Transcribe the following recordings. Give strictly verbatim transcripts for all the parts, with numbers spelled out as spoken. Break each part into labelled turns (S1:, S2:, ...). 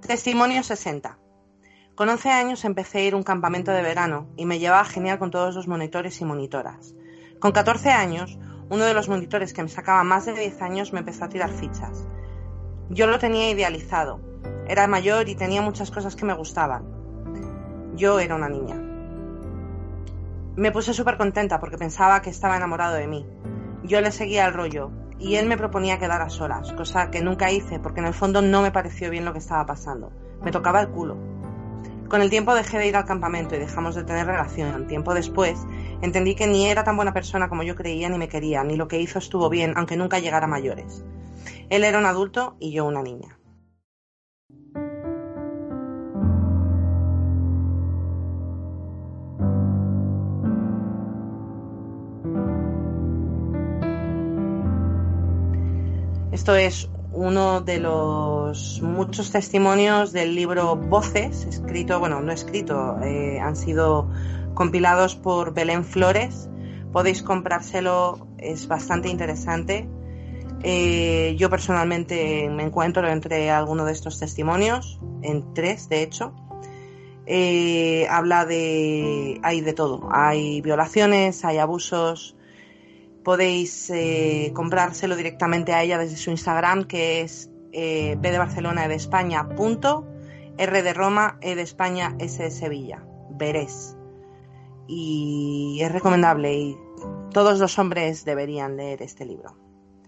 S1: Testimonio sesenta. Con once años empecé a ir a un campamento de verano y me llevaba genial con todos los monitores y monitoras. Con catorce años, uno de los monitores que me sacaba más de diez años me empezó a tirar fichas. Yo lo tenía idealizado. Era mayor y tenía muchas cosas que me gustaban. Yo era una niña. Me puse súper contenta porque pensaba que estaba enamorado de mí. Yo le seguía el rollo y él me proponía quedar a solas, cosa que nunca hice porque en el fondo no me pareció bien lo que estaba pasando. Me tocaba el culo. Con el tiempo dejé de ir al campamento y dejamos de tener relación. Tiempo después entendí que ni era tan buena persona como yo creía ni me quería, ni lo que hizo estuvo bien, aunque nunca llegara a mayores. Él era un adulto y yo una niña. Esto es uno de los muchos testimonios del libro Voces, escrito, bueno, no escrito, eh, han sido compilados por Belén Flores. Podéis comprárselo, es bastante interesante. Eh, yo personalmente me encuentro entre alguno de estos testimonios, en tres de hecho. Eh, habla de, hay de todo, hay violaciones, hay abusos. Podéis eh, comprárselo directamente a ella desde su Instagram, que es eh, B de Barcelona, E de España, punto, R de Roma, E de España, S de Sevilla. Verés. Y es recomendable y todos los hombres deberían leer este libro.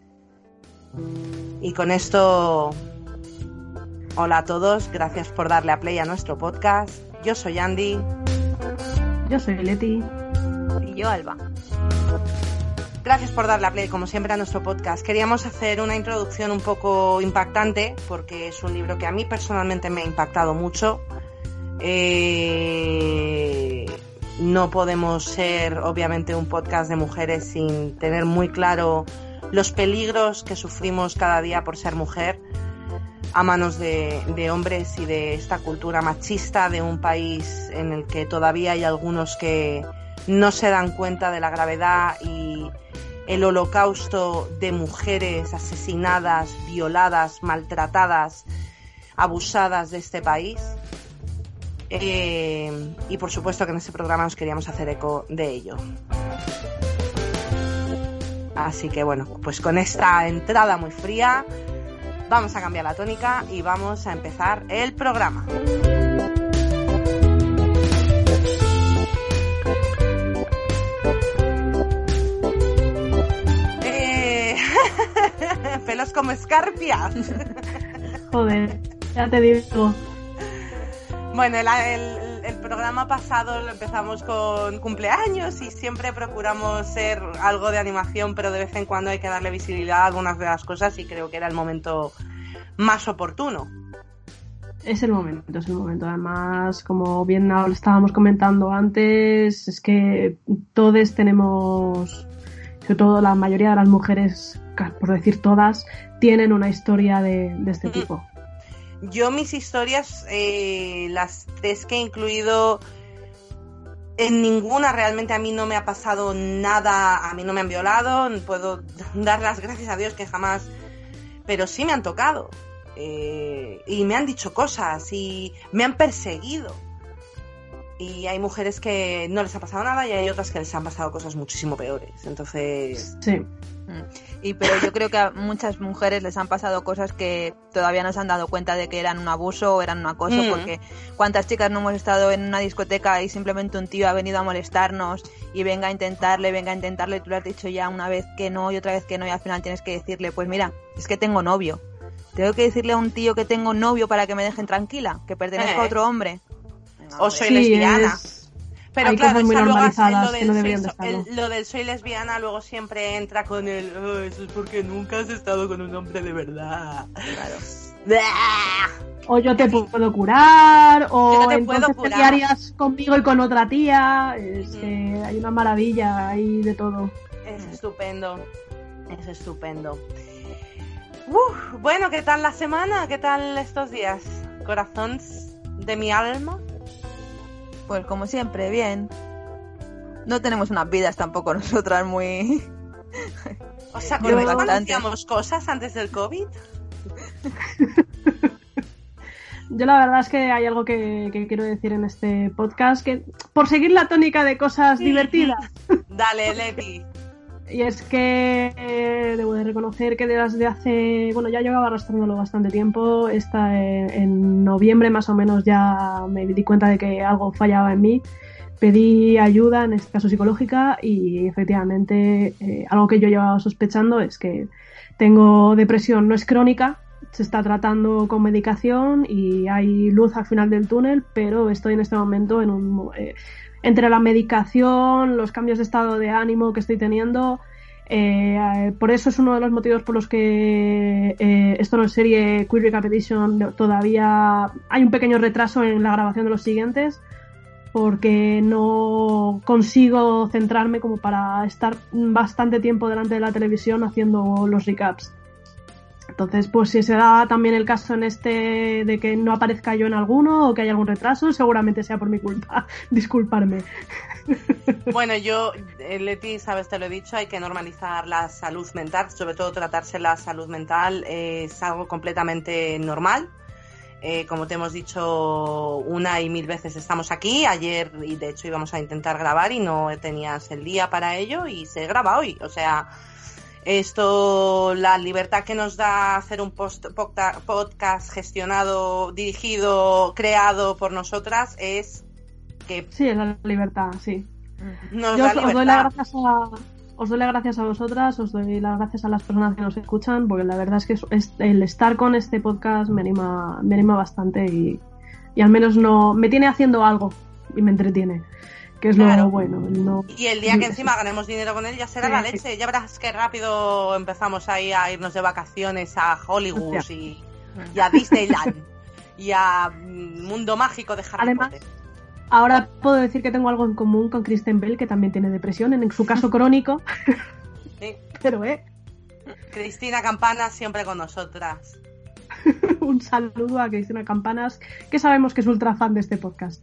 S1: Y con esto, hola a todos, gracias por darle a play a nuestro podcast. Yo soy Andy.
S2: Yo soy Leti.
S3: Y yo Alba.
S1: Gracias por darle a play, como siempre, a nuestro podcast. Queríamos hacer una introducción un poco impactante, porque es un libro que a mí personalmente me ha impactado mucho. Eh, no podemos ser, obviamente, un podcast de mujeres sin tener muy claro los peligros que sufrimos cada día por ser mujer a manos de, de hombres y de esta cultura machista de un país en el que todavía hay algunos que no se dan cuenta de la gravedad y el holocausto de mujeres asesinadas, violadas, maltratadas, abusadas de este país. Eh, y por supuesto que en este programa nos queríamos hacer eco de ello. Así que bueno, pues con esta entrada muy fría vamos a cambiar la tónica y vamos a empezar el programa. Pelos como escarpias.
S2: Joder, ya te digo.
S1: Bueno, el, el, el programa pasado lo empezamos con cumpleaños y siempre procuramos ser algo de animación, pero de vez en cuando hay que darle visibilidad a algunas de las cosas y creo que era el momento más oportuno.
S2: Es el momento, es el momento. Además, como bien estábamos comentando antes, es que todos tenemos, sobre todo la mayoría de las mujeres, por decir todas, tienen una historia de, de este tipo.
S1: Yo mis historias, eh, las tres que he incluido, en ninguna realmente a mí no me ha pasado nada, a mí no me han violado, puedo dar las gracias a Dios que jamás, pero sí me han tocado, eh, y me han dicho cosas, y me han perseguido. Y hay mujeres que no les ha pasado nada y hay otras que les han pasado cosas muchísimo peores. Entonces...
S2: Sí.
S3: Y pero yo creo que a muchas mujeres les han pasado cosas que todavía no se han dado cuenta de que eran un abuso o eran un acoso, mm. porque cuántas chicas no hemos estado en una discoteca y simplemente un tío ha venido a molestarnos y venga a intentarle, venga a intentarle, tú le has dicho ya una vez que no y otra vez que no y al final tienes que decirle, pues mira, es que tengo novio. Tengo que decirle a un tío que tengo novio para que me dejen tranquila, que pertenezco eh. a otro hombre.
S1: No, o soy sí, lesbiana.
S2: Es...
S1: Pero
S2: hay
S1: claro,
S2: cosas muy
S1: luego
S2: normalizadas
S1: lo del,
S2: que no
S1: soy,
S2: deberían de estarlo.
S1: el, lo del soy lesbiana luego siempre entra con el oh, eso es porque nunca has estado con un hombre de verdad. Claro.
S2: O yo te puedo curar, o
S1: yo te
S2: entonces
S1: puedo curar.
S2: te harías conmigo y con otra tía. Es mm. que hay una maravilla ahí de todo.
S1: Es estupendo, es estupendo. Uf, bueno, ¿qué tal la semana? ¿Qué tal estos días? Corazones de mi alma.
S3: Pues como siempre, bien. No tenemos unas vidas tampoco nosotras muy...
S1: ¿Os acordáis cuando hacíamos cosas antes del COVID?
S2: yo la verdad es que hay algo que, que quiero decir en este podcast, que por seguir la tónica de cosas divertidas.
S1: Dale, Leti.
S2: Y es que eh, debo de reconocer que desde hace, bueno, ya llevaba arrastrándolo bastante tiempo. Esta, eh, en noviembre más o menos ya me di cuenta de que algo fallaba en mí. Pedí ayuda, en este caso psicológica, y efectivamente eh, algo que yo llevaba sospechando es que tengo depresión, no es crónica, se está tratando con medicación y hay luz al final del túnel, pero estoy en este momento en un... Eh, entre la medicación, los cambios de estado de ánimo que estoy teniendo, eh, por eso es uno de los motivos por los que eh, esto no es serie Quick Recapitulation, todavía hay un pequeño retraso en la grabación de los siguientes, porque no consigo centrarme como para estar bastante tiempo delante de la televisión haciendo los recaps. Entonces, pues si se da también el caso en este de que no aparezca yo en alguno o que haya algún retraso, seguramente sea por mi culpa. Disculparme.
S1: Bueno, yo, Leti, sabes, te lo he dicho, hay que normalizar la salud mental, sobre todo tratarse la salud mental eh, es algo completamente normal. Eh, como te hemos dicho una y mil veces, estamos aquí. Ayer, y de hecho íbamos a intentar grabar y no tenías el día para ello y se graba hoy. O sea, esto, la libertad que nos da hacer un post, podcast gestionado, dirigido, creado por nosotras es que...
S2: Sí, es la libertad, sí.
S1: Nos
S2: Yo
S1: da
S2: os,
S1: libertad.
S2: os doy las gracias a... Os doy las gracias a vosotras, os doy las gracias a las personas que nos escuchan, porque la verdad es que es, es, el estar con este podcast me anima, me anima bastante y, y al menos no me tiene haciendo algo y me entretiene, que es claro. Lo bueno. No...
S1: Y el día que encima ganemos dinero con él ya será sí, la leche, ya verás que rápido empezamos ahí a irnos de vacaciones a Hollywood y, y a Disneyland y a Mundo Mágico de Harry
S2: Además,
S1: Potter.
S2: Ahora puedo decir que tengo algo en común con Kristen Bell, que también tiene depresión, en su caso crónico.
S1: Sí.
S2: Pero, ¿eh?
S1: Cristina Campanas siempre con nosotras.
S2: Un saludo a Cristina Campanas, que sabemos que es ultra fan de este podcast.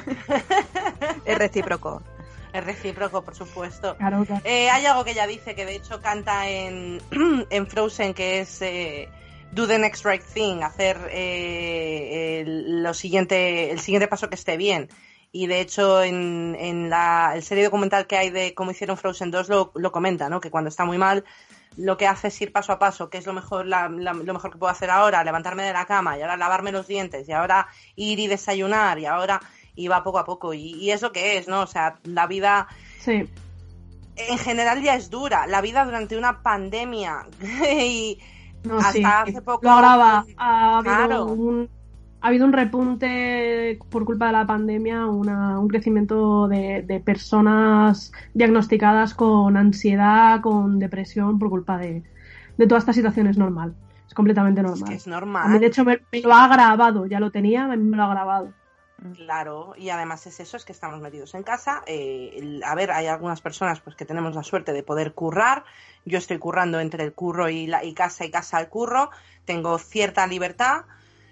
S3: Es recíproco.
S1: Es recíproco, por supuesto.
S2: Claro, claro.
S1: Eh, hay algo que ella dice, que de hecho canta en, en Frozen, que es... Eh, do the next right thing, hacer eh, el, lo siguiente, el siguiente paso que esté bien. Y de hecho en, en la el serie documental que hay de cómo hicieron Frozen dos lo, lo comenta, ¿no? Que cuando está muy mal lo que hace es ir paso a paso, que es lo mejor la, la, lo mejor que puedo hacer ahora, levantarme de la cama y ahora lavarme los dientes y ahora ir y desayunar y ahora y va poco a poco y, y es lo que es, ¿no? O sea, la vida
S2: sí.
S1: En general ya es dura, la vida durante una pandemia y
S2: no,
S1: hasta
S2: sí.
S1: hace poco
S2: lo agrava, ha habido
S1: claro.
S2: un Ha habido un repunte por culpa de la pandemia, una, un crecimiento de, de personas diagnosticadas con ansiedad, con depresión por culpa de, de toda esta situación. Es normal, es completamente normal.
S1: Es que es normal.
S2: A mí, de hecho, me, me lo ha agravado, ya lo tenía, a mí me lo ha agravado.
S1: Claro, y además es eso, es que estamos metidos en casa. Eh, el, a ver, hay algunas personas pues que tenemos la suerte de poder currar. Yo estoy currando entre el curro y, la, y casa y casa al curro. Tengo cierta libertad.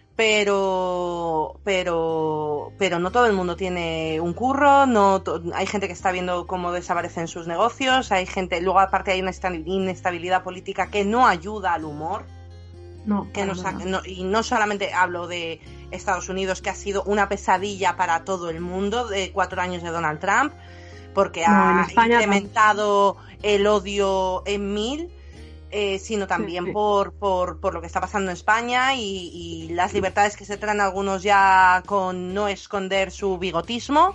S1: pero pero pero no todo el mundo tiene un curro, no to- hay gente que está viendo cómo desaparecen sus negocios, hay gente, luego aparte hay una inestabilidad política que no ayuda al humor,
S2: no,
S1: que nos ha, no, y no solamente hablo de Estados Unidos, que ha sido una pesadilla para todo el mundo de cuatro años de Donald Trump, porque
S2: no,
S1: ha
S2: España,
S1: incrementado no. el odio en mil. Eh, sino también sí, sí. Por, por, por lo que está pasando en España y, y las libertades que se traen algunos ya con no esconder su bigotismo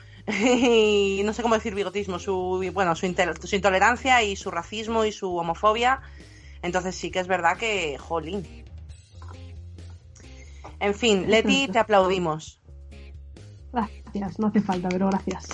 S1: y no sé cómo decir bigotismo, su bueno su, inter, su intolerancia y su racismo y su homofobia. Entonces sí que es verdad que jolín. En fin, Leti, te aplaudimos.
S2: Gracias, no hace falta, pero gracias.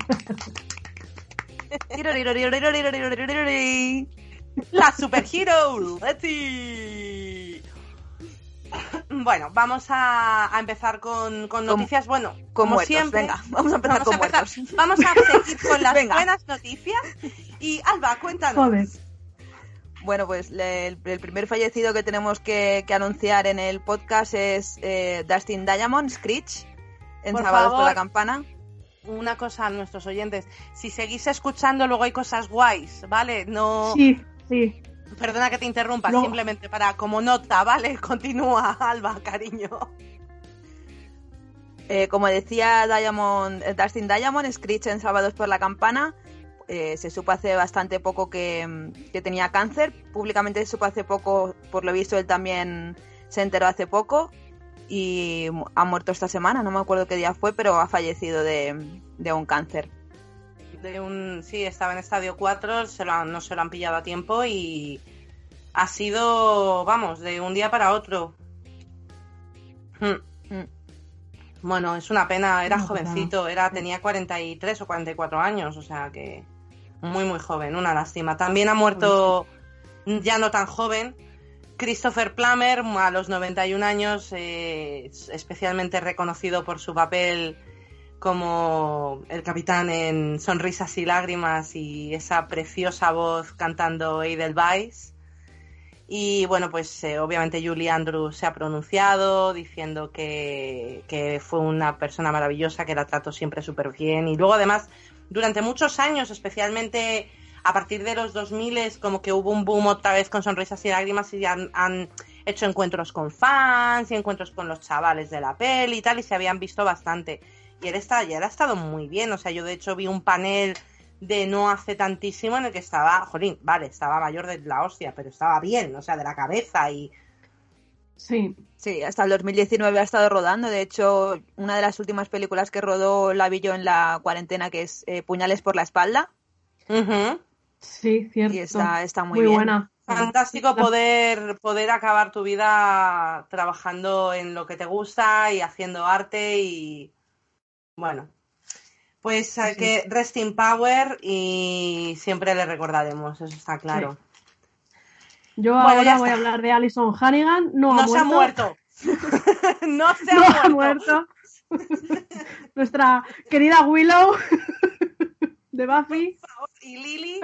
S1: La superhero, Leti. Bueno, vamos a, a empezar con, con noticias. Bueno,
S3: con
S1: como
S3: muertos,
S1: siempre,
S3: venga, vamos a empezar
S1: vamos
S3: con
S1: a empezar,
S3: muertos.
S1: Vamos a seguir con las
S3: venga.
S1: buenas noticias. Y Alba, cuéntanos.
S2: Joder.
S3: Bueno, pues le, el, el primer fallecido que tenemos que, que anunciar en el podcast es eh, Dustin Diamond, Screech, en
S1: por
S3: Sábados
S1: favor,
S3: por la Campana.
S1: Una cosa a nuestros oyentes, si seguís escuchando luego hay cosas guays, ¿vale? No.
S2: Sí, sí.
S1: Perdona que te interrumpa,
S2: no.
S1: Simplemente para como nota, ¿vale? Continúa, Alba, cariño.
S3: Eh, como decía Diamond, eh, Dustin Diamond, Screech en Salvados por la Campana, eh, se supo hace bastante poco que, que tenía cáncer. Públicamente se supo hace poco, por lo visto él también se enteró hace poco y ha muerto esta semana, no me acuerdo qué día fue, pero ha fallecido de, de un cáncer.
S1: De un, sí, estaba en estadio cuatro, se lo han, no se lo han pillado a tiempo y ha sido, vamos, de un día para otro. Hmm.
S3: Mm.
S1: Bueno, es una pena, era
S2: No,
S1: jovencito, era, tenía cuarenta y tres o cuarenta y cuatro años, o sea que muy muy joven, una lástima. También ha muerto, ya no tan joven, Christopher Plummer, a los noventa y un años, eh, especialmente reconocido por su papel como el capitán en Sonrisas y Lágrimas y esa preciosa voz cantando Edelweiss. Y bueno, pues eh, obviamente Julie Andrews se ha pronunciado diciendo que, que fue una persona maravillosa, que la trató siempre súper bien. Y luego además, durante muchos años, especialmente a partir de los dos mil, como que hubo un boom otra vez con Sonrisas y Lágrimas y han, han hecho encuentros con fans y encuentros con los chavales de la peli y tal, y se habían visto bastante. Y él, está, y él ha estado muy bien, o sea, yo de hecho vi un panel de no hace tantísimo en el que estaba, jolín, vale, estaba mayor de la hostia, pero estaba bien, o sea, de la cabeza y...
S2: Sí.
S3: Sí, hasta el dos mil diecinueve ha estado rodando. De hecho, una de las últimas películas que rodó la vi yo en la cuarentena, que es eh, Puñales por la espalda.
S1: Uh-huh.
S2: Sí, cierto.
S3: Y está, está muy,
S2: muy
S3: bien.
S2: buena.
S1: Fantástico poder, poder acabar tu vida trabajando en lo que te gusta y haciendo arte y... Bueno, pues
S2: Sí,
S1: hay que rest in power y siempre le recordaremos, eso está claro.
S2: Sí. Yo
S1: Bueno,
S2: ahora
S1: ya
S2: voy a
S1: está.
S2: hablar de Alison Hannigan. No,
S1: No
S2: ha
S1: se ha
S2: muerto.
S1: muerto. No se ha
S2: No
S1: muerto.
S2: ha muerto. Nuestra querida Willow de Buffy.
S1: Por favor. Y Lily.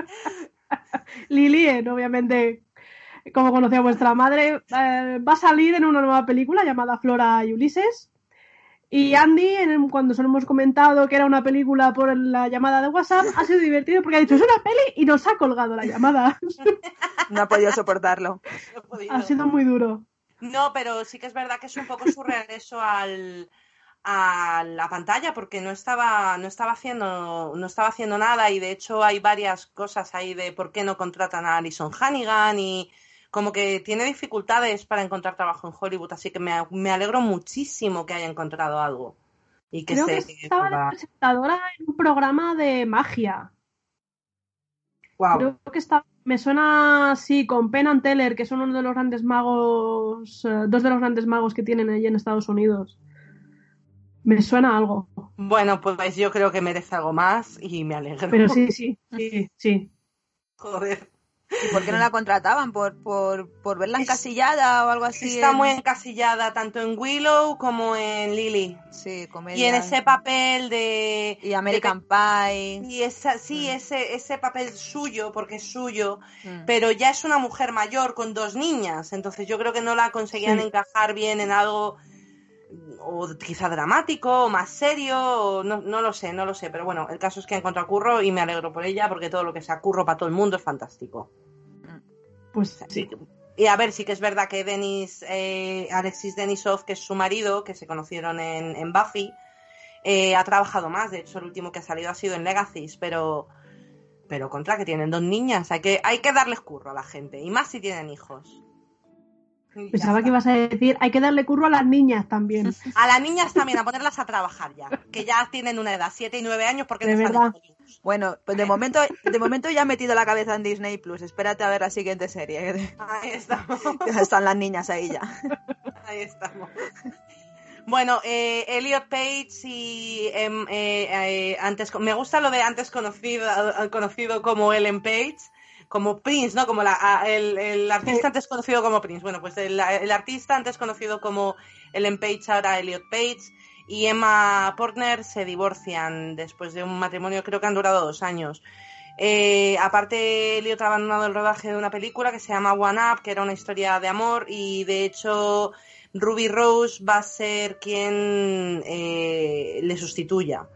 S2: Lily, eh, obviamente, como conocía vuestra madre, eh, va a salir en una nueva película llamada Flora y Ulises. Y Andy, en el, cuando se lo hemos comentado que era una película por la llamada de WhatsApp, ha sido divertido porque ha dicho, es una peli y nos ha colgado la llamada.
S3: No ha podido soportarlo.
S1: No he podido.
S2: Ha sido muy duro.
S1: No, pero sí que es verdad que es un poco su regreso al, a la pantalla porque no estaba, no estaba haciendo, no estaba haciendo nada y de hecho hay varias cosas ahí de por qué no contratan a Alison Hannigan y como que tiene dificultades para encontrar trabajo en Hollywood, así que me, me alegro muchísimo que haya encontrado algo. Y que
S2: Creo
S1: se,
S2: que estaba de presentadora en un programa de magia.
S1: Wow.
S2: Creo que está, me suena así con Penn and Teller, que son uno de los grandes magos, eh, dos de los grandes magos que tienen allí en Estados Unidos. Me suena algo.
S1: Bueno, pues yo creo que merece algo más y me alegro.
S2: Pero sí, sí, sí, sí.
S1: Joder.
S3: ¿Y por qué no la contrataban? ¿Por, por, por verla
S1: Es-
S3: encasillada o algo así?
S1: Está
S3: en-
S1: muy encasillada tanto en Willow como en Lily.
S3: Sí, comedia.
S1: Y en ese papel de...
S3: Y American
S1: de-
S3: Pie.
S1: y esa, sí,
S3: Mm.
S1: ese, ese papel suyo, porque es suyo,
S3: Mm.
S1: pero ya es una mujer mayor con dos niñas, entonces yo creo que no la conseguían
S2: Sí.
S1: encajar bien en algo o quizá dramático o más serio, o no, no lo sé, no lo sé, pero bueno, el caso es que ha encontrado curro y me alegro por ella porque todo lo que sea curro para todo el mundo es fantástico.
S2: Pues sí.
S1: Y a ver, sí que es verdad que Denis, eh, Alexis Denisov, que es su marido, que se conocieron en, en Buffy, eh, ha trabajado más. De hecho, el último que ha salido ha sido en Legacies, pero pero contra que tienen dos niñas. Hay que, hay que darles curro a la gente, y más si tienen hijos. Y ya
S2: Pensaba
S1: está.
S2: que ibas a decir, hay que darle curro a las niñas también.
S1: A las niñas también, a ponerlas a trabajar ya, que ya tienen una edad, siete y nueve años, porque
S2: De
S1: no están
S2: verdad.
S1: en Hollywood.
S3: Bueno, pues de momento, de momento ya ha metido la cabeza en Disney Plus. Espérate a ver la siguiente serie.
S1: Ahí estamos.
S3: Están las niñas ahí ya.
S1: Ahí estamos. Bueno, eh, Elliot Page y em, eh, eh, antes me gusta lo de antes conocido conocido como Ellen Page, como Prince, ¿no? Como la, a, el, el artista
S2: Sí.
S1: antes conocido como Prince. Bueno, pues el, el artista antes conocido como Ellen Page, ahora Elliot Page, y Emma Portner se divorcian después de un matrimonio, creo que han durado dos años. Eh, aparte, Elliot ha abandonado el rodaje de una película que se llama One Up, que era una historia de amor, y de hecho Ruby Rose va a ser quien eh, le sustituya.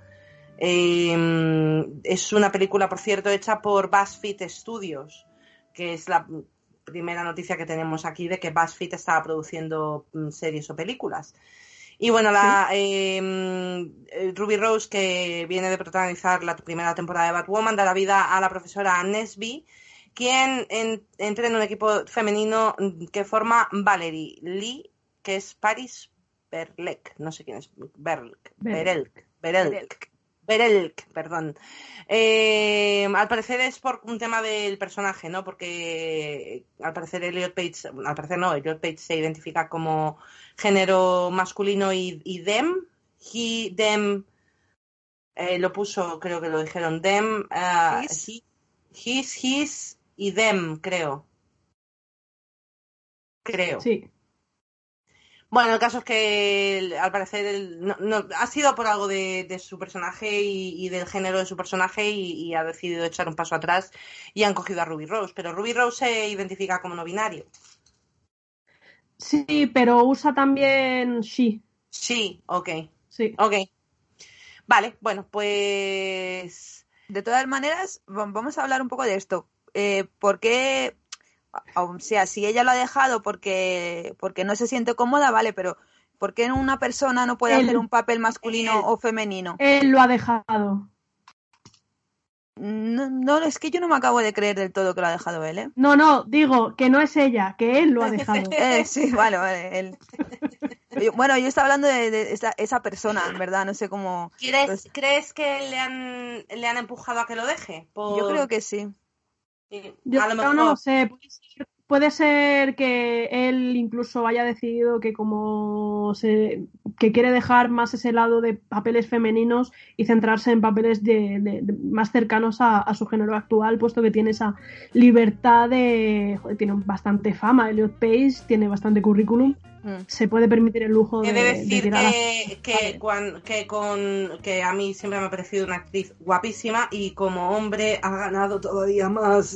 S1: Eh, es una película, por cierto, hecha por BuzzFeed Studios, que es la primera noticia que tenemos aquí de que BuzzFeed estaba produciendo mm, series o películas. Y bueno, la eh, Ruby Rose, que viene de protagonizar la primera temporada de Batwoman, da la vida a la profesora Nesby, quien en, entra en un equipo femenino que forma Valerie Lee, que es Paris Berlek, no sé quién es, Berlek, Berelk, Berelk, Berelk, perdón. Eh, al parecer es por un tema del personaje, ¿no? Porque al parecer Elliot Page, al parecer no, Elliot Page se identifica como género masculino y, y them, he, them, eh, lo puso, creo que lo dijeron, them, uh,
S3: His.
S1: he, his, his y them, creo. Creo.
S2: Sí.
S1: Bueno, el caso es que al parecer el, no, no, ha sido por algo de, de su personaje y, y del género de su personaje y, y ha decidido echar un paso atrás y han cogido a Ruby Rose, pero Ruby Rose se identifica como no binario.
S2: Sí, pero usa también she.
S1: Sí, ok.
S2: Sí.
S1: Ok. Vale, bueno, pues...
S3: De todas maneras, vamos a hablar un poco de esto. Eh, ¿Por qué...? O sea, si ella lo ha dejado porque porque no se siente cómoda, vale, pero ¿por qué una persona no puede
S2: él,
S3: hacer un papel masculino
S1: él,
S3: o femenino?
S2: Él lo ha dejado.
S3: No, no, es que yo no me acabo de creer del todo que lo ha dejado él, ¿eh?
S2: No, no, digo que no es ella, que él lo ha dejado.
S3: eh, sí, vale, vale. Él. Yo, bueno, yo estaba hablando de, de esa, esa persona, en verdad, no sé cómo...
S1: ¿Crees,
S3: pues,
S1: ¿crees que le han, le han empujado a que lo deje? Por...
S3: Yo creo que sí.
S1: Sí,
S2: Yo
S1: a lo mejor...
S2: no lo sé. Puede ser, puede ser que él incluso haya decidido que como se que quiere dejar más ese lado de papeles femeninos y centrarse en papeles de, de, de más cercanos a, a su género actual, puesto que tiene esa libertad de... Joder, tiene bastante fama. Elliot Page tiene bastante currículum. Mm. Se puede permitir el lujo de...
S1: He de decir
S2: de
S1: que, a... que, cuan, que, con, que a mí siempre me ha parecido una actriz guapísima y como hombre ha ganado todavía más.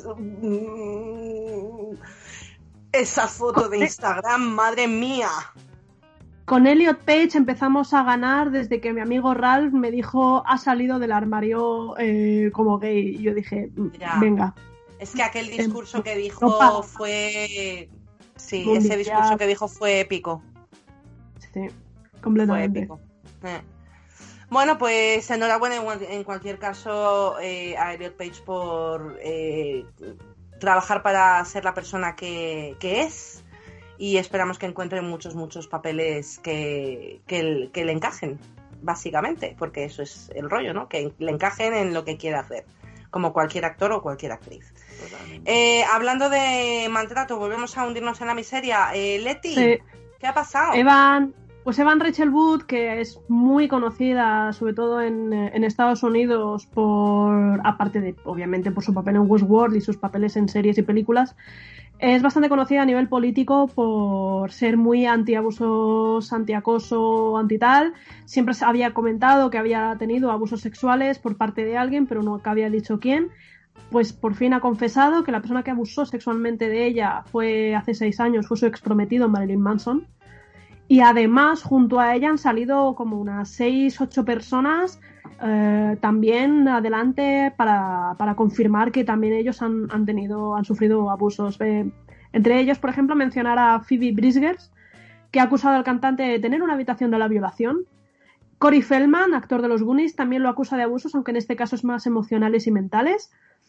S1: Esa foto de Instagram, madre mía.
S2: Con Elliot Page empezamos a ganar desde que mi amigo Ralph me dijo ha salido del armario eh, como gay. Y yo dije, ya. venga.
S1: Es que aquel discurso eh, que dijo no fue... Sí, mundial. Ese discurso que dijo fue épico.
S2: Sí, completamente.
S1: Fue épico. Eh. Bueno, pues enhorabuena en cualquier caso eh, a Elliot Page por eh, trabajar para ser la persona que, que es y esperamos que encuentre muchos, muchos papeles que, que, que le encajen, básicamente, porque eso es el rollo, ¿no? Que le encajen en lo que quiera hacer, como cualquier actor o cualquier actriz. Eh, hablando de maltrato, volvemos a hundirnos en la miseria. Eh, Leti, sí. ¿Qué ha pasado?
S2: Evan, pues Evan Rachel Wood, que es muy conocida, sobre todo en, en Estados Unidos, por aparte de, obviamente, por su papel en Westworld y sus papeles en series y películas, es bastante conocida a nivel político por ser muy anti-abusos, anti-acoso, anti-tal. Siempre se había comentado que había tenido abusos sexuales por parte de alguien, pero no que había dicho quién. Pues por fin ha confesado que la persona que abusó sexualmente de ella fue hace seis años, fue su exprometido Marilyn Manson. Y además, junto a ella han salido como unas seis, ocho personas eh, también adelante para, para confirmar que también ellos han, han tenido, han sufrido abusos. Eh, entre ellos, por ejemplo, mencionar a Phoebe Bridgers, que ha acusado al cantante de tener una habitación de la violación. Corey Feldman, actor de los Goonies, también lo acusa de abusos, aunque en este caso es más emocionales y mentales.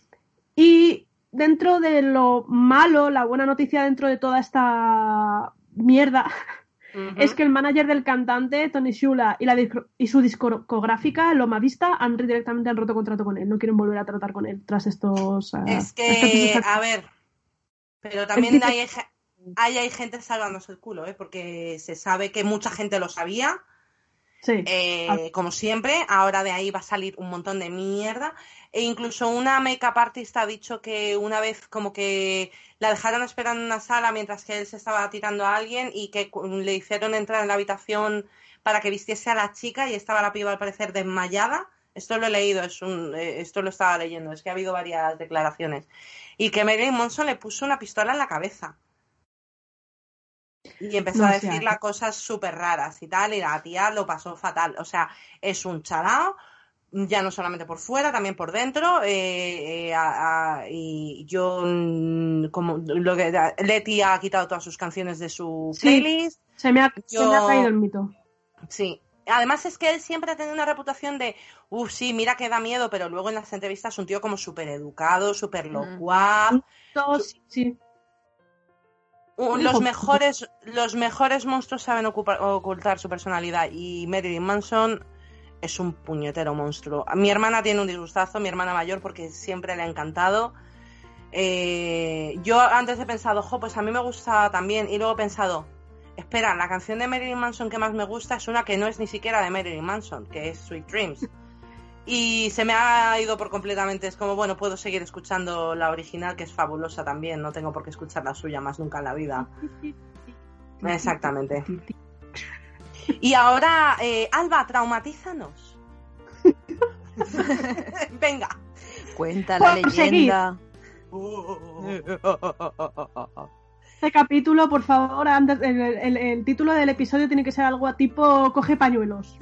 S2: Y dentro de lo malo, la buena noticia dentro de toda esta mierda uh-huh. es que el manager del cantante, Tony Shula, y, la disco- y su discográfica, Loma Vista, han directamente han roto contrato con él. No quieren volver a tratar con él tras estos... Uh,
S1: es que, estos... a ver, pero también hay, hay, hay gente salvándose el culo, ¿eh? Porque se sabe que mucha gente lo sabía.
S2: Sí.
S1: Eh, como siempre, ahora de ahí va a salir un montón de mierda. E incluso una make-up artist ha dicho que una vez como que la dejaron esperando en una sala mientras que él se estaba tirando a alguien y que le hicieron entrar en la habitación para que vistiese a la chica y estaba la piba al parecer desmayada. Esto lo he leído, es un, eh, esto lo estaba leyendo, es que ha habido varias declaraciones. Y que Marilyn Manson le puso una pistola en la cabeza. Y empezó no, a decirle sí, cosas súper raras y tal, y la tía lo pasó fatal. O sea, es un chalao, ya no solamente por fuera, también por dentro. Eh, eh, a, a, y yo, como lo que Leti ha quitado todas sus canciones de su
S2: sí,
S1: playlist.
S2: Se me ha, yo, se me ha caído el mito.
S1: Sí. Además es que él siempre ha tenido una reputación de, uff, sí, mira que da miedo, pero luego en las entrevistas es un tío como súper educado, súper locuaz.
S2: Mm. Sí, sí.
S1: Los mejores, los mejores monstruos saben ocupar, ocultar su personalidad y Marilyn Manson es un puñetero monstruo. Mi hermana tiene un disgustazo, mi hermana mayor, porque siempre le ha encantado. Eh, yo antes he pensado, jo, pues a mí me gusta también, y luego he pensado, espera, la canción de Marilyn Manson que más me gusta es una que no es ni siquiera de Marilyn Manson, que es Sweet Dreams. Y se me ha ido por completamente, es como, bueno, puedo seguir escuchando la original, que es fabulosa también, no tengo por qué escuchar la suya más nunca en la vida. Exactamente. Y ahora, eh, Alba, traumatízanos. Venga.
S3: Cuenta la leyenda.
S2: Este capítulo, por favor, antes, el, el, el título del episodio tiene que ser algo tipo coge pañuelos.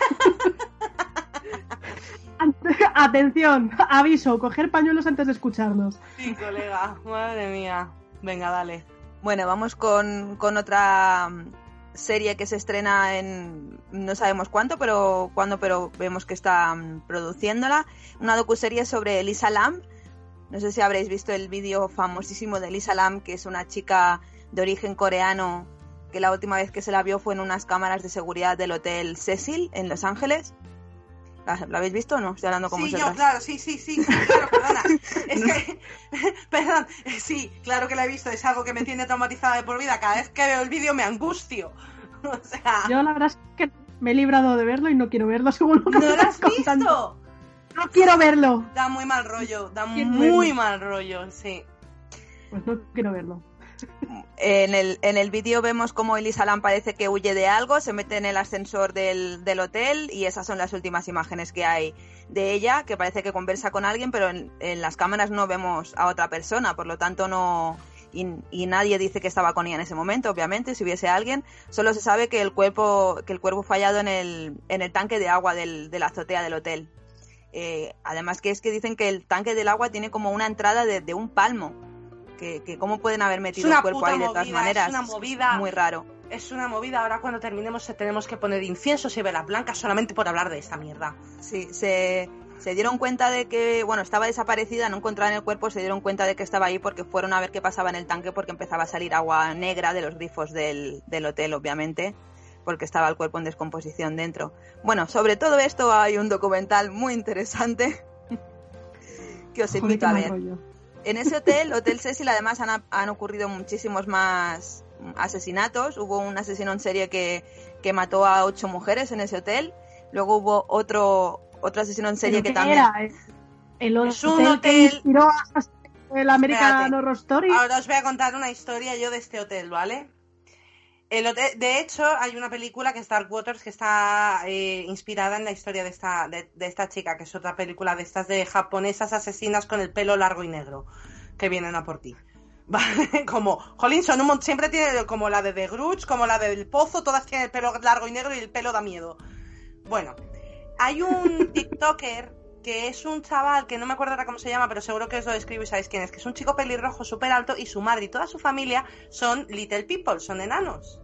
S2: Atención, aviso, coger pañuelos antes de escucharnos.
S1: Sí, colega, madre mía. Venga, dale.
S3: Bueno, vamos con, con otra serie que se estrena en no sabemos cuánto, pero cuándo, pero vemos que está produciéndola. Una docuserie sobre Lisa Lam. No sé si habréis visto el vídeo famosísimo de Lisa Lam, que es una chica de origen coreano, que la última vez que se la vio fue en unas cámaras de seguridad del Hotel Cecil en Los Ángeles. ¿Lo habéis visto o no? Estoy hablando con
S1: sí,
S3: vosotras.
S1: Sí, yo, claro, sí, sí, sí, claro, perdona. Es que, perdón, sí, claro que la he visto, es algo que me tiene traumatizada de por vida. Cada vez que veo el vídeo me angustio. O sea...
S2: Yo la verdad es que me he librado de verlo y no quiero verlo, según lo que
S1: ¿No
S2: me
S1: lo has
S2: estás
S1: visto?
S2: contando. No quiero verlo.
S1: Da muy mal rollo, da
S2: Quiero
S1: muy
S2: verlo.
S1: mal rollo, sí.
S2: Pues no quiero verlo.
S3: En el, en el vídeo vemos como Elisa Lam parece que huye de algo, se mete en el ascensor del, del hotel y esas son las últimas imágenes que hay de ella, que parece que conversa con alguien, pero en, en las cámaras no vemos a otra persona, por lo tanto no... Y, y nadie dice que estaba con ella en ese momento, obviamente, si hubiese alguien, solo se sabe que el cuerpo, que el cuerpo fallado en el, en el tanque de agua del, de la azotea del hotel. Eh, además que es que dicen que el tanque del agua tiene como una entrada de, de un palmo. Que, que cómo pueden haber metido el cuerpo ahí de todas
S1: movida,
S3: maneras.
S1: Es una movida.
S3: Muy raro.
S1: Es una movida. Ahora cuando terminemos tenemos que poner inciensos y velas blancas solamente por hablar de esta mierda.
S3: Sí, se, se dieron cuenta de que, bueno, estaba desaparecida, no encontraron el cuerpo, se dieron cuenta de que estaba ahí porque fueron a ver qué pasaba en el tanque porque empezaba a salir agua negra de los grifos del, del hotel, obviamente, porque estaba el cuerpo en descomposición dentro. Bueno, sobre todo esto hay un documental muy interesante que os invito
S2: Joder,
S3: a ver.
S2: rollo.
S3: En ese hotel, Hotel Cecil, además han, han ocurrido muchísimos más asesinatos. Hubo un asesino en serie que, que mató a ocho mujeres en ese hotel. Luego hubo otro otro asesino en serie que también...
S2: Era? El hotel,
S1: Es un hotel...
S2: que inspiró a el American
S1: Espérate.
S2: Horror Story.
S1: Ahora os voy a contar una historia yo de este hotel, ¿vale? El hotel, de hecho, hay una película que es Dark Waters que está eh, inspirada en la historia de esta, de, de esta chica, que es otra película de estas de japonesas asesinas con el pelo largo y negro, que vienen a por ti. Vale, como, jolín, son un mon- siempre tiene como la de The Grudge, como la del Pozo, todas tienen el pelo largo y negro y el pelo da miedo. Bueno, hay un TikToker que es un chaval que no me acuerdo ahora cómo se llama, pero seguro que os lo describo y sabéis quién es, que es un chico pelirrojo súper alto y su madre y toda su familia son little people, son enanos.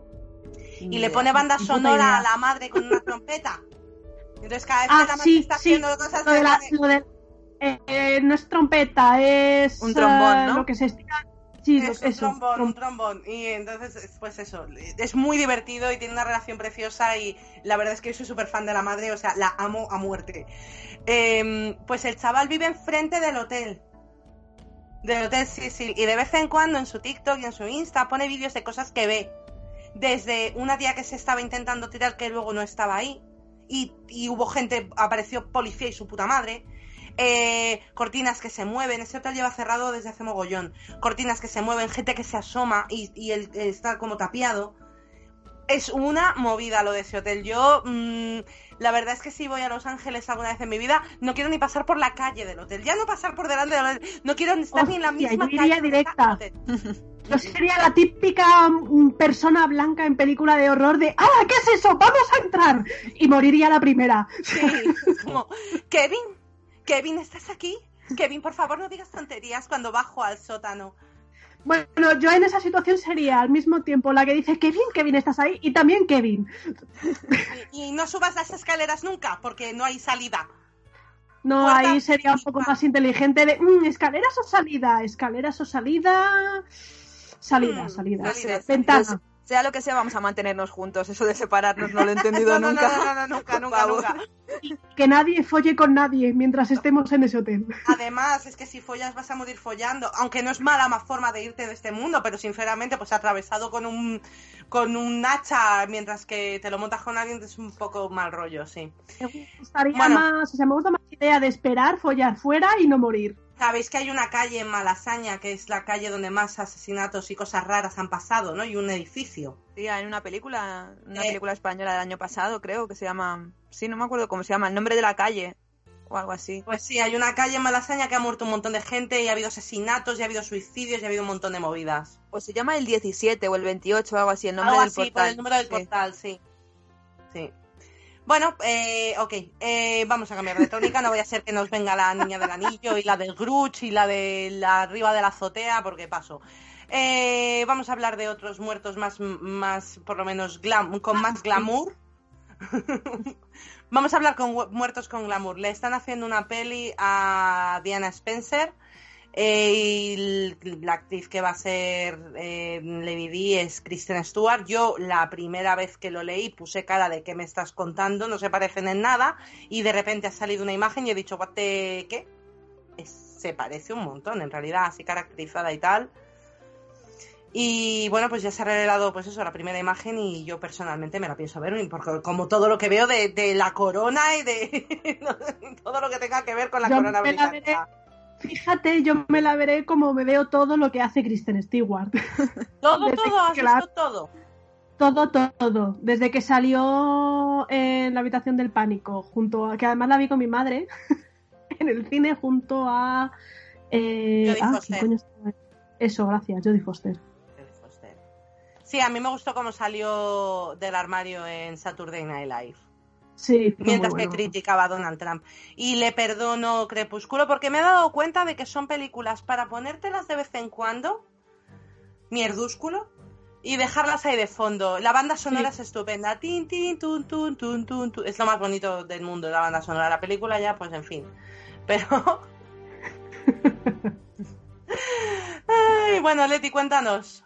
S1: Y le pone banda sonora a la madre con una trompeta. Entonces cada vez que
S2: Ah,
S1: la madre
S2: sí,
S1: está
S2: sí.
S1: haciendo cosas
S2: Lo de la,
S1: de...
S2: lo de, eh, eh, no es trompeta, es
S3: Un trombón,
S2: eh,
S3: ¿no?
S2: lo que se estira. Sí, lo-
S1: es un
S2: eso.
S1: trombón,
S2: trom-
S1: un trombón. Y entonces, pues eso, es muy divertido y tiene una relación preciosa y la verdad es que yo soy súper fan de la madre, o sea, la amo a muerte. Eh, pues el chaval vive enfrente del hotel. Del hotel Cecil. Y de vez en cuando en su TikTok y en su Insta pone vídeos de cosas que ve. Desde una tía que se estaba intentando tirar que luego no estaba ahí. Y, y hubo gente, apareció policía y su puta madre. Eh, cortinas que se mueven, ese hotel lleva cerrado desde hace mogollón, cortinas que se mueven, gente que se asoma y, y él, él está como tapiado. Es una movida lo de ese hotel. Yo, mmm, la verdad es que si voy a Los Ángeles alguna vez en mi vida, no quiero ni pasar por la calle del hotel, ya no pasar por delante del hotel, no quiero estar
S2: Hostia,
S1: ni en la misma
S2: yo iría
S1: calle
S2: directa.
S1: del hotel.
S2: Yo sería la típica mm, persona blanca en película de horror de ¡ah, qué es eso! ¡Vamos a entrar! Y moriría la primera.
S1: Sí, es como, Kevin, Kevin, ¿estás aquí? Kevin, por favor, no digas tonterías cuando bajo al sótano.
S2: Bueno, yo en esa situación sería al mismo tiempo la que dice Kevin, Kevin, estás ahí, y también Kevin.
S1: Y, y no subas las escaleras nunca, porque no hay salida.
S2: No,
S1: Puerta
S2: ahí sería un poco más inteligente de mm, escaleras o salida, escaleras o salida, salida,
S1: Mm,
S2: salida,
S1: salida,
S2: ventana.
S3: Pues, sea lo que sea, vamos a mantenernos juntos. Eso de separarnos no lo he entendido
S1: no, no,
S3: nunca.
S1: No, no, no, nunca,
S3: Por
S1: nunca,
S3: favor.
S1: nunca.
S2: Y que nadie folle con nadie mientras estemos en ese hotel.
S1: Además, es que si follas vas a morir follando, aunque no es mala más forma de irte de este mundo, pero sinceramente, pues atravesado con un con un hacha mientras que te lo montas con alguien es un poco mal rollo, sí.
S2: Me gustaría
S1: Bueno.
S2: más, o sea, me gusta más la idea de esperar, follar fuera y no morir.
S1: Sabéis que hay una calle en Malasaña, que es la calle donde más asesinatos y cosas raras han pasado, ¿no? Y un edificio.
S3: Sí, hay una película, una
S1: Eh.
S3: película española del año pasado, creo, que se llama... Sí, no me acuerdo cómo se llama, El nombre de la calle, o algo así.
S1: Pues sí, hay una calle en Malasaña que ha muerto un montón de gente y ha habido asesinatos, y ha habido suicidios, y ha habido un montón de movidas.
S3: Pues se llama el diecisiete o el veintiocho, algo así, el nombre
S1: Algo
S3: del
S1: así,
S3: portal.
S1: por el número del
S3: Sí.
S1: portal, sí. Sí. Bueno, eh, ok, eh, vamos a cambiar de tónica, no voy a ser que nos venga la niña del anillo y la del Grudge y la de la arriba de la azotea, porque paso. Eh, vamos a hablar de otros muertos más, más por lo menos, glam con más glamour. Vamos a hablar con muertos con glamour. Le están haciendo una peli a Diana Spencer. Eh, y la actriz que va a ser eh, Lady Di es Kristen Stewart. Yo la primera vez que lo leí puse cara de ¿qué me estás contando? No se parecen en nada, y de repente ha salido una imagen y he dicho ¿what the... qué? Es, se parece un montón en realidad, así caracterizada y tal. Y bueno, pues ya se ha revelado pues eso, la primera imagen, y yo personalmente me la pienso ver, porque como todo lo que veo de, de la corona y de todo lo que tenga que ver con la
S2: Yo
S1: corona
S2: me la
S1: británica.
S2: Fíjate, yo me la veré como me veo todo lo que hace Kristen Stewart.
S1: Todo,
S2: Desde
S1: todo, has
S2: que la-
S1: visto todo.
S2: Todo, todo. Desde que salió en la habitación del pánico, junto a... que además la vi con mi madre, en el cine, junto a... Eh,
S1: Jodie
S2: ah,
S1: Foster.
S2: ¿quién coño estaba? Eso, gracias, Jodie Foster.
S1: Sí, a mí me gustó cómo salió del armario en Saturday Night Live.
S2: Sí, fue
S1: Mientras
S2: muy
S1: que
S2: bueno.
S1: criticaba a Donald Trump. Y le perdono Crepúsculo porque me he dado cuenta de que son películas para ponértelas de vez en cuando, mierdúsculo, y dejarlas ahí de fondo. La banda sonora
S2: Sí.
S1: es estupenda. Tin, tin, tun, tun, tun, tun, tun. Es lo más bonito del mundo, la banda sonora. La película ya, pues en fin. Pero... Ay, bueno, Leti, cuéntanos.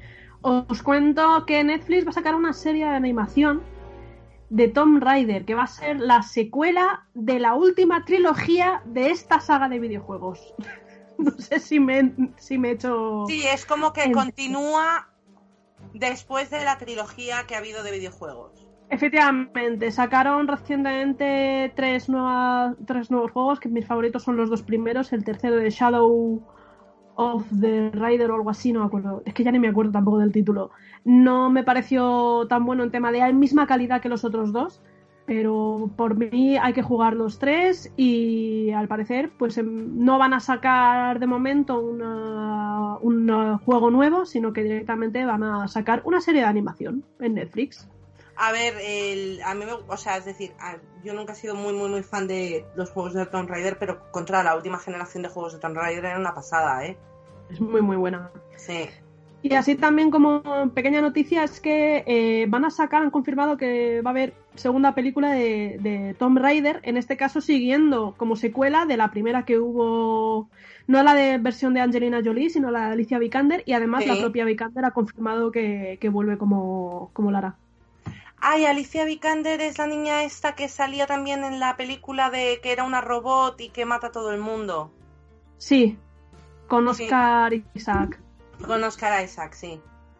S2: Os cuento que Netflix va a sacar una serie de animación de Tomb Raider, que va a ser la secuela de la última trilogía de esta saga de videojuegos. No sé si me, si me he hecho...
S1: Sí, es como que
S2: en-
S1: continúa después de la trilogía que ha habido de videojuegos.
S2: Efectivamente, sacaron recientemente tres, nuevas, tres nuevos juegos, que mis favoritos son los dos primeros, el tercero de Shadow of the Rider o algo así, no me acuerdo, es que ya ni me acuerdo tampoco del título. No me pareció tan bueno en tema de misma calidad que los otros dos, pero por mí hay que jugar los tres, y al parecer pues em, no van a sacar de momento una, un juego nuevo, sino que directamente van a sacar una serie de animación en Netflix.
S1: A ver, el, a mí me, o sea, es decir, a, yo nunca he sido muy, muy, muy fan de los juegos de Tomb Raider, pero contra la última generación de juegos de Tomb Raider era una pasada, ¿eh?
S2: Es muy muy buena.
S1: Sí.
S2: Y así también, como pequeña noticia, es que eh, van a sacar, han confirmado que va a haber segunda película de, de Tomb Raider, en este caso siguiendo como secuela de la primera que hubo, no la de versión de Angelina Jolie, sino la de Alicia Vikander, y además
S1: Sí.
S2: la propia Vikander ha confirmado que, que vuelve como, como Lara.
S1: Ay, Alicia Vikander es la niña esta que salía también en la película de que era una robot y que mata a todo el mundo.
S2: Sí, con
S1: Sí.
S2: Oscar Isaac.
S1: Con Oscar Isaac, sí.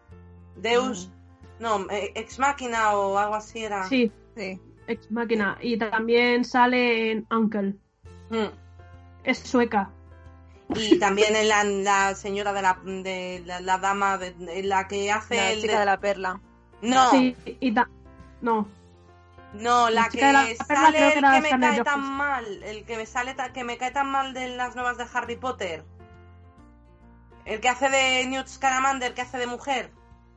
S1: Deus, no, eh, Ex Machina o algo así era.
S2: Sí,
S3: Sí.
S2: Ex Machina. Y también sale en Uncle.
S1: Mm.
S2: Es sueca.
S1: Y también en la, la señora de la, de la, la dama, de, de la que hace
S3: La
S1: el
S3: chica
S1: de-
S3: de la perla.
S1: No,
S2: Sí, y ta- no.
S1: no, la,
S2: La
S1: que
S2: chica de la perla
S1: sale
S2: creo que
S1: el
S2: era
S1: que me
S2: Scarlett
S1: cae tan
S2: Johansson.
S1: mal, el que me sale ta- que me cae tan mal de las nuevas de Harry Potter. El que hace de Newt Scamander, que hace de mujer.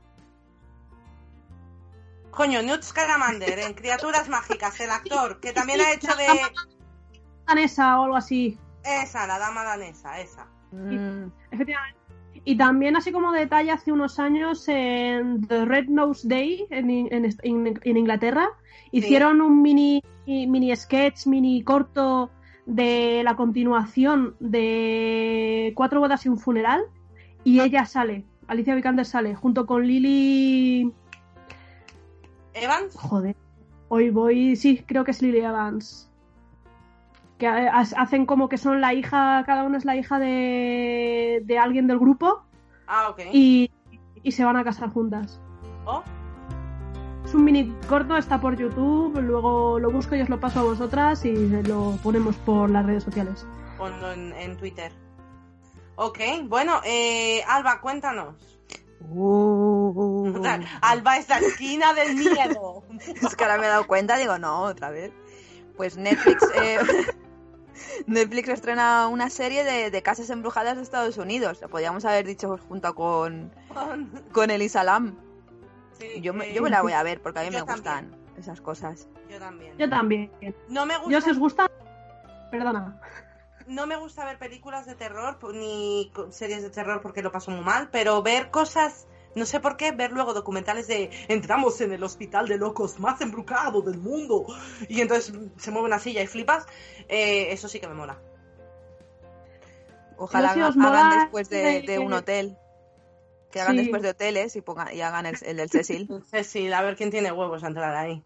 S1: Coño, Newt Scamander en Criaturas Mágicas, el actor, que también ha hecho de...
S2: Danesa o algo así.
S1: Esa, la dama danesa, esa.
S3: Mm.
S2: Efectivamente. Y también, así como detalle, hace unos años en The Red Nose Day en, en, en, en Inglaterra, sí. hicieron un mini, mini sketch, mini corto de la continuación de Cuatro bodas y un funeral, y ella sale, Alicia Vikander sale, junto con Lily...
S1: ¿Evans?
S2: Joder, hoy voy... Sí, creo que es Lily Evans. Que hacen como que son la hija, cada una es la hija de, de alguien del grupo.
S1: Ah, ok.
S2: Y, y se van a casar juntas.
S1: ¿Oh?
S2: Es un mini corto, está por YouTube, luego lo busco y os lo paso a vosotras y lo ponemos por las redes sociales.
S1: Ponlo en, en Twitter. Ok, bueno, eh, Alba, cuéntanos.
S3: Uh,
S1: o sea, Alba es la esquina del miedo.
S3: Es que ahora me he dado cuenta, digo, no, otra vez. Pues Netflix... Eh... Netflix estrena una serie de, de casas embrujadas de Estados Unidos. Lo podríamos haber dicho junto con, con Elisa Lam. Sí, yo, me, eh, yo me la voy a ver porque a mí me también. gustan esas cosas.
S1: Yo también.
S2: Yo también.
S1: No me gusta...
S2: ¿Yo si os gusta? Perdona.
S1: No me gusta ver películas de terror ni series de terror porque lo paso muy mal, pero ver cosas... No sé por qué, ver luego documentales de entramos en el hospital de locos más embrujado del mundo y entonces se mueve una silla y flipas, eh, eso sí que me mola.
S3: Ojalá si hagan mola, después de, de un hotel, que hagan sí. después de hoteles y, pongan, y hagan el, el del Cecil.
S1: Cecil, a ver quién tiene huevos a entrar ahí.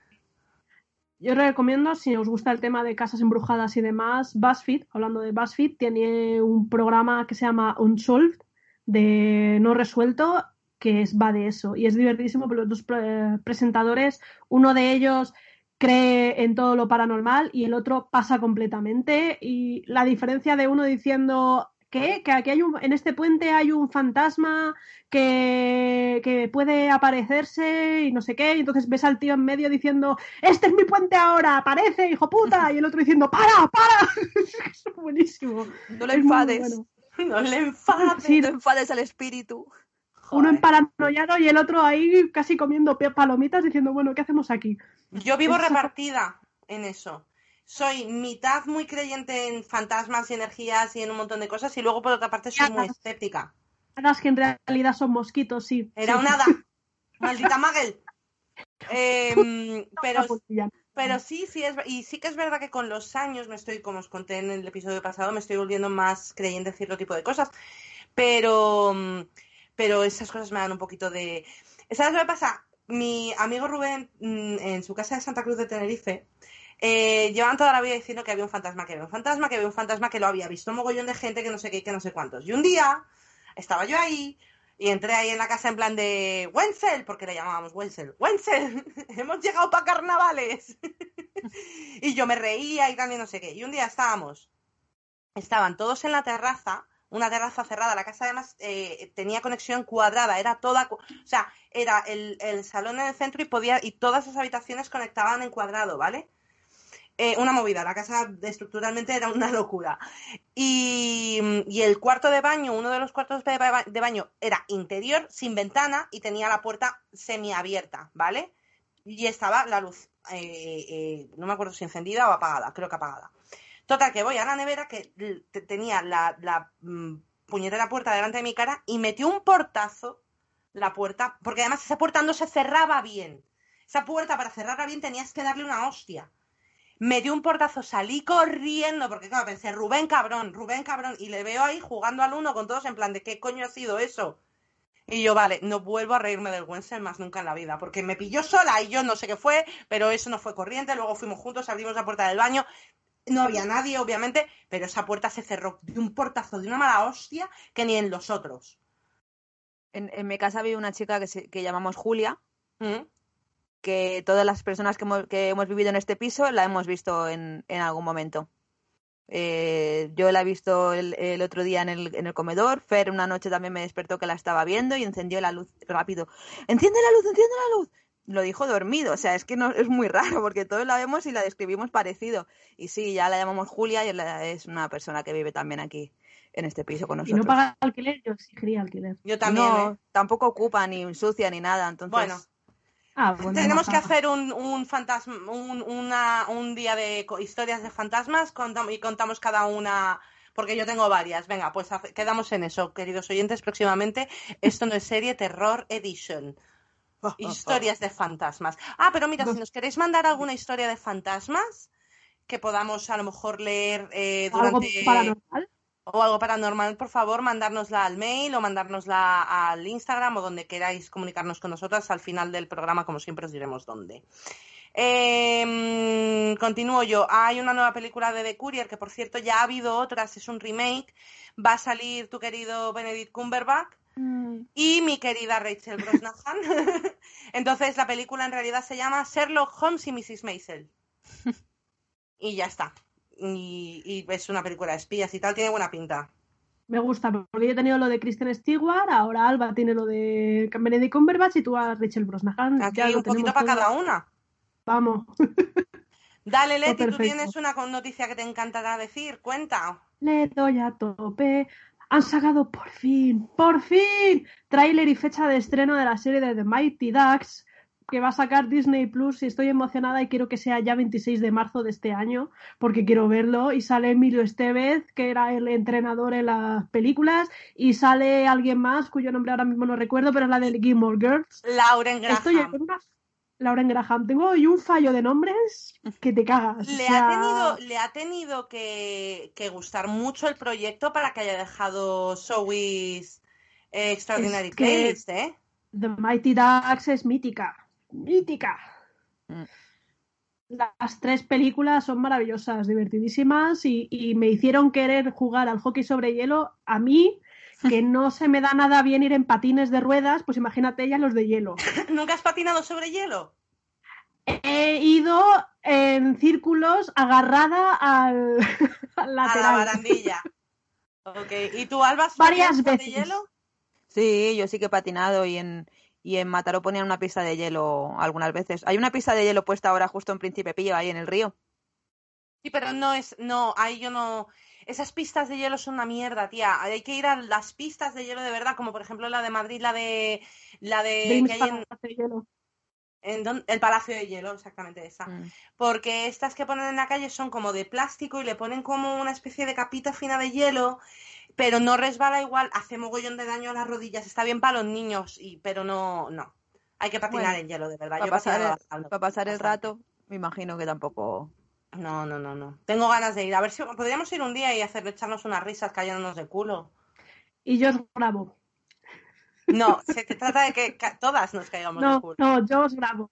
S2: Yo recomiendo, si os gusta el tema de casas embrujadas y demás, BuzzFeed, hablando de BuzzFeed, tiene un programa que se llama Unsolved, de no resuelto, que es, va de eso, y es divertidísimo porque los dos pre- presentadores, uno de ellos cree en todo lo paranormal y el otro pasa completamente, y la diferencia de uno diciendo ¿qué? que aquí hay un, en este puente hay un fantasma que, que puede aparecerse y no sé qué, y entonces ves al tío en medio diciendo este es mi puente ahora, aparece, hijo puta, y el otro diciendo ¡para, para! Es buenísimo.
S3: No le enfades.
S2: Bueno.
S1: No le enfades.
S3: Sí, no enfades al espíritu.
S2: Uno en paranoiado y el otro ahí casi comiendo palomitas diciendo, bueno, ¿qué hacemos aquí?
S1: Yo vivo Esa... repartida en eso. Soy mitad muy creyente en fantasmas y energías y en un montón de cosas y luego por otra parte soy muy escéptica.
S2: Hadas que en realidad son mosquitos, sí.
S1: Era
S2: sí.
S1: un hada. Maldita Magel. Eh, pero, pero sí, sí es, y sí que es verdad que con los años me estoy, como os conté en el episodio pasado, me estoy volviendo más creyente en cierto tipo de cosas. Pero... pero esas cosas me dan un poquito de... ¿Sabes lo que pasa? Mi amigo Rubén, en su casa de Santa Cruz de Tenerife, eh, llevan toda la vida diciendo que había un fantasma, que había un fantasma, que había un fantasma, que lo había visto un mogollón de gente, que no sé qué, que no sé cuántos. Y un día estaba yo ahí y entré ahí en la casa en plan de Wenzel, porque le llamábamos Wenzel. ¡Wenzel! ¡Hemos llegado para carnavales! Y yo me reía y tal y no sé qué. Y un día estábamos, estaban todos en la terraza, una terraza cerrada, la casa además eh, tenía conexión cuadrada, era toda, o sea, era el, el salón en el centro y podía y todas las habitaciones conectaban en cuadrado, ¿vale? Eh, una movida, la casa estructuralmente era una locura. Y, y el cuarto de baño, uno de los cuartos de, ba- de baño era interior, sin ventana y tenía la puerta semiabierta, ¿vale? Y estaba la luz, eh, eh, no me acuerdo si encendida o apagada, creo que apagada. Total, que voy a la nevera que t- tenía la, la mm, puñetera puerta delante de mi cara y metió un portazo la puerta, porque además esa puerta no se cerraba bien. Esa puerta para cerrarla bien tenías que darle una hostia. Me dio un portazo, salí corriendo, porque claro, pensé, Rubén cabrón, Rubén cabrón, y le veo ahí jugando al uno con todos en plan de ¿qué coño ha sido eso? Y yo, vale, no vuelvo a reírme del Wenzel más nunca en la vida, porque me pilló sola y yo no sé qué fue, pero eso no fue corriente, luego fuimos juntos, abrimos la puerta del baño. No había nadie, obviamente, pero esa puerta se cerró de un portazo, de una mala hostia, que ni en los otros.
S3: En, en mi casa había una chica que, se, que llamamos Julia,
S1: ¿Mm?
S3: que todas las personas que hemos, que hemos vivido en este piso la hemos visto en, en algún momento. Eh, yo la he visto el, el otro día en el, en el comedor. Fer una noche también me despertó que la estaba viendo y encendió la luz rápido. ¡Enciende la luz, enciende la luz! Lo dijo dormido, o sea, es que no, es muy raro porque todos la vemos y la describimos parecido. Y sí, ya la llamamos Julia y es una persona que vive también aquí en este piso con nosotros.
S2: ¿Y no paga alquiler? Yo exigiría alquiler.
S1: Yo también.
S3: No,
S1: ¿eh?
S3: Tampoco ocupa ni ensucia ni nada, entonces...
S1: Bueno,
S2: ah, bueno
S1: tenemos
S2: baja.
S1: que hacer un un fantasma, un, una, un día de historias de fantasmas contam- y contamos cada una... porque yo tengo varias. Venga, pues hace, quedamos en eso, queridos oyentes, próximamente. Esto no es serie, Terror Edition. Historias de fantasmas. Ah, pero mira, si nos queréis mandar alguna historia de fantasmas que podamos a lo mejor leer eh, durante...
S2: ¿Algo paranormal?
S1: O algo paranormal, por favor, mandárnosla al mail o mandárnosla al Instagram o donde queráis comunicarnos con nosotras. Al final del programa, como siempre, os diremos dónde. Eh, continúo yo. Hay una nueva película de The Courier, que por cierto ya ha habido otras, es un remake. Va a salir tu querido Benedict Cumberbatch mm. y mi querida Rachel Brosnahan. Entonces la película en realidad se llama Sherlock Holmes y missus Maisel. Y ya está. Y, y es una película de espías y tal, tiene buena pinta.
S2: Me gusta, porque yo he tenido lo de Kristen Stewart, ahora Alba tiene lo de Benedict Cumberbatch y tú a Rachel Brosnahan.
S1: Aquí hay un poquito para cada una.
S2: Vamos.
S1: Dale, Leti, tú tienes una noticia que te encantará decir, cuenta.
S2: Le doy a tope. Han sacado por fin, por fin, tráiler y fecha de estreno de la serie de The Mighty Ducks, que va a sacar Disney Plus, y estoy emocionada y quiero que sea ya veintiséis de marzo de este año, porque quiero verlo. Y sale Emilio Estevez, que era el entrenador en las películas, y sale alguien más, cuyo nombre ahora mismo no recuerdo, pero es la de Gilmore Girls.
S1: Lauren Graham.
S2: Estoy en una... Lauren Graham. Tengo hoy un fallo de nombres que te cagas.
S1: Le,
S2: o sea...
S1: ha tenido, le ha tenido que, que gustar mucho el proyecto para que haya dejado Showbiz eh, Extraordinary
S2: es que
S1: Playlist, ¿eh?
S2: The Mighty Ducks es mítica. Mítica. Mm. Las tres películas son maravillosas, divertidísimas y, y me hicieron querer jugar al hockey sobre hielo. A mí, que no se me da nada bien ir en patines de ruedas, pues imagínate ya los de hielo.
S1: ¿Nunca has patinado sobre hielo?
S2: He ido en círculos agarrada al, al lateral.
S1: A la barandilla. Okay. ¿Y tú, Alba, has
S2: varias veces
S1: de hielo?
S3: Sí, yo sí que he patinado y en... Y en Mataró ponían una pista de hielo algunas veces. Hay una pista de hielo puesta ahora justo en Príncipe Pío, ahí en el río.
S1: Sí, pero no es... No, ahí yo no... Esas pistas de hielo son una mierda, tía. Hay que ir a las pistas de hielo de verdad, como por ejemplo la de Madrid, la de... La de... Que hay en,
S2: de hielo.
S1: En don, el Palacio de Hielo, exactamente esa. Mm. Porque estas que ponen en la calle son como de plástico y le ponen como una especie de capita fina de hielo, pero no resbala igual, hace mogollón de daño a las rodillas. Está bien para los niños, y pero no, no. Hay que patinar bueno, en hielo, de verdad.
S3: Para
S1: Yo
S3: pasar, el, para pasar el rato, me imagino que tampoco...
S1: No, no, no, no. Tengo ganas de ir. A ver si podríamos ir un día y hacer echarnos unas risas cayéndonos de culo.
S2: Y yo os grabo.
S1: No, se trata de que ca- todas nos caigamos
S2: no,
S1: de culo.
S2: No, yo os grabo.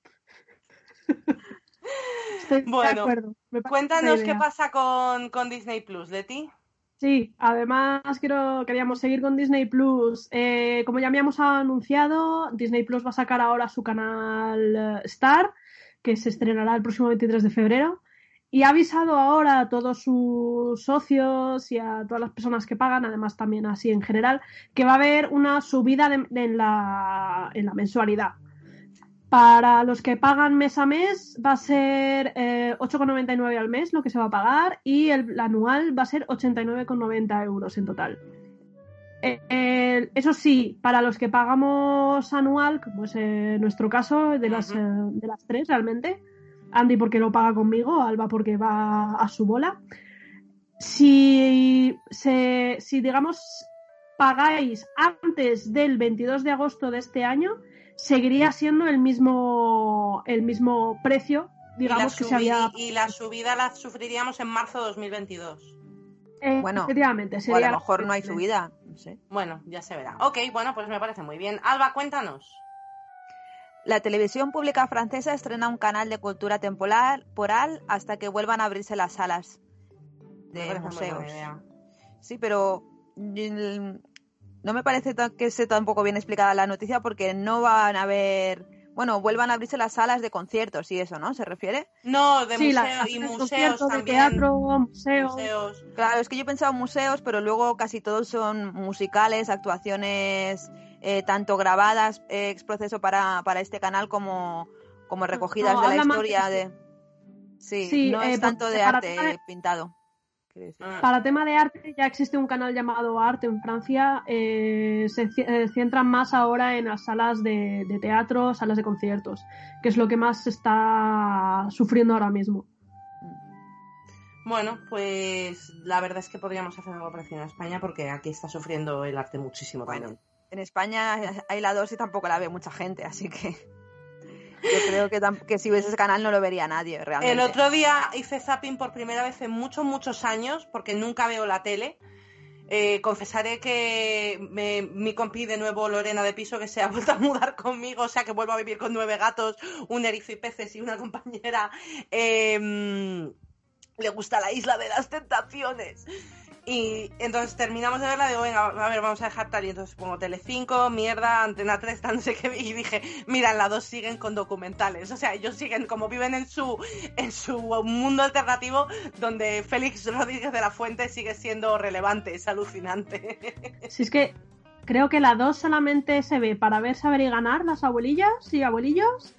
S2: Estoy
S1: bueno,
S2: de acuerdo.
S1: Cuéntanos qué pasa con, con Disney Plus, Leti.
S2: Sí, además quiero, queríamos seguir con Disney Plus. Eh, como ya habíamos anunciado, Disney Plus va a sacar ahora su canal Star, que se estrenará el próximo veintitrés de febrero. Y ha avisado ahora a todos sus socios y a todas las personas que pagan, además también así en general, que va a haber una subida de, de, en, la, en la mensualidad. Para los que pagan mes a mes va a ser eh, ocho con noventa y nueve al mes lo que se va a pagar, y el, el anual va a ser ochenta y nueve con noventa euros en total. Eh, eh, eso sí, para los que pagamos anual, como es eh, nuestro caso, de las, eh, de las tres realmente, Andy porque lo paga conmigo, Alba porque va a su bola. Si, se, si digamos, pagáis antes del veintidós de agosto de este año, seguiría siendo el mismo, el mismo precio, digamos, que se había...
S1: Y la subida la sufriríamos en marzo de dos mil veintidós.
S2: Eh,
S3: bueno,
S2: efectivamente.
S3: Sería o a lo mejor no hay subida, no sé.
S1: Bueno, ya se verá. Ok, bueno, pues me parece muy bien. Alba, cuéntanos.
S3: La televisión pública francesa estrena un canal de cultura temporal hasta que vuelvan a abrirse las salas de museos. Sí, pero no me parece que esté tampoco bien explicada la noticia, porque no van a haber... Bueno, vuelvan a abrirse las salas de conciertos y eso, ¿no? ¿Se refiere?
S1: No, de
S2: sí,
S1: museo, y museos también.
S2: De teatro, museos.
S1: museos.
S3: Claro, es que yo he pensado museos, pero luego casi todos son musicales, actuaciones eh, tanto grabadas eh, ex proceso para, para este canal como, como recogidas no, de la historia de... de... Sí, sí, no eh, es tanto de arte de... pintado.
S2: Para tema de arte ya existe un canal llamado Arte en Francia, eh, se eh, centran más ahora en las salas de, de teatro, salas de conciertos, que es lo que más se está sufriendo ahora mismo.
S1: Bueno, pues la verdad es que podríamos hacer algo parecido en España porque aquí está sufriendo el arte muchísimo
S3: bueno,
S1: también.
S3: En España hay la dos y tampoco la ve mucha gente, así que yo creo que, tam- que si hubiese ese canal no lo vería nadie realmente.
S1: El otro día hice zapping por primera vez en muchos, muchos años porque nunca veo la tele. Eh, confesaré que me, mi compi de nuevo, Lorena de Piso, que se ha vuelto a mudar conmigo, o sea que vuelvo a vivir con nueve gatos, un erizo y peces y una compañera. Eh, le gusta la Isla de las Tentaciones. Y entonces terminamos de verla, digo, venga, a ver, vamos a dejar tal. Y entonces pongo Telecinco, mierda, Antena tres, tal, no sé qué. Y dije, mira, en la dos siguen con documentales. O sea, ellos siguen, como viven en su en su mundo alternativo, donde Félix Rodríguez de la Fuente sigue siendo relevante. Es alucinante.
S2: Si es que creo que la dos solamente se ve para ver, saber y ganar las abuelillas y abuelillos.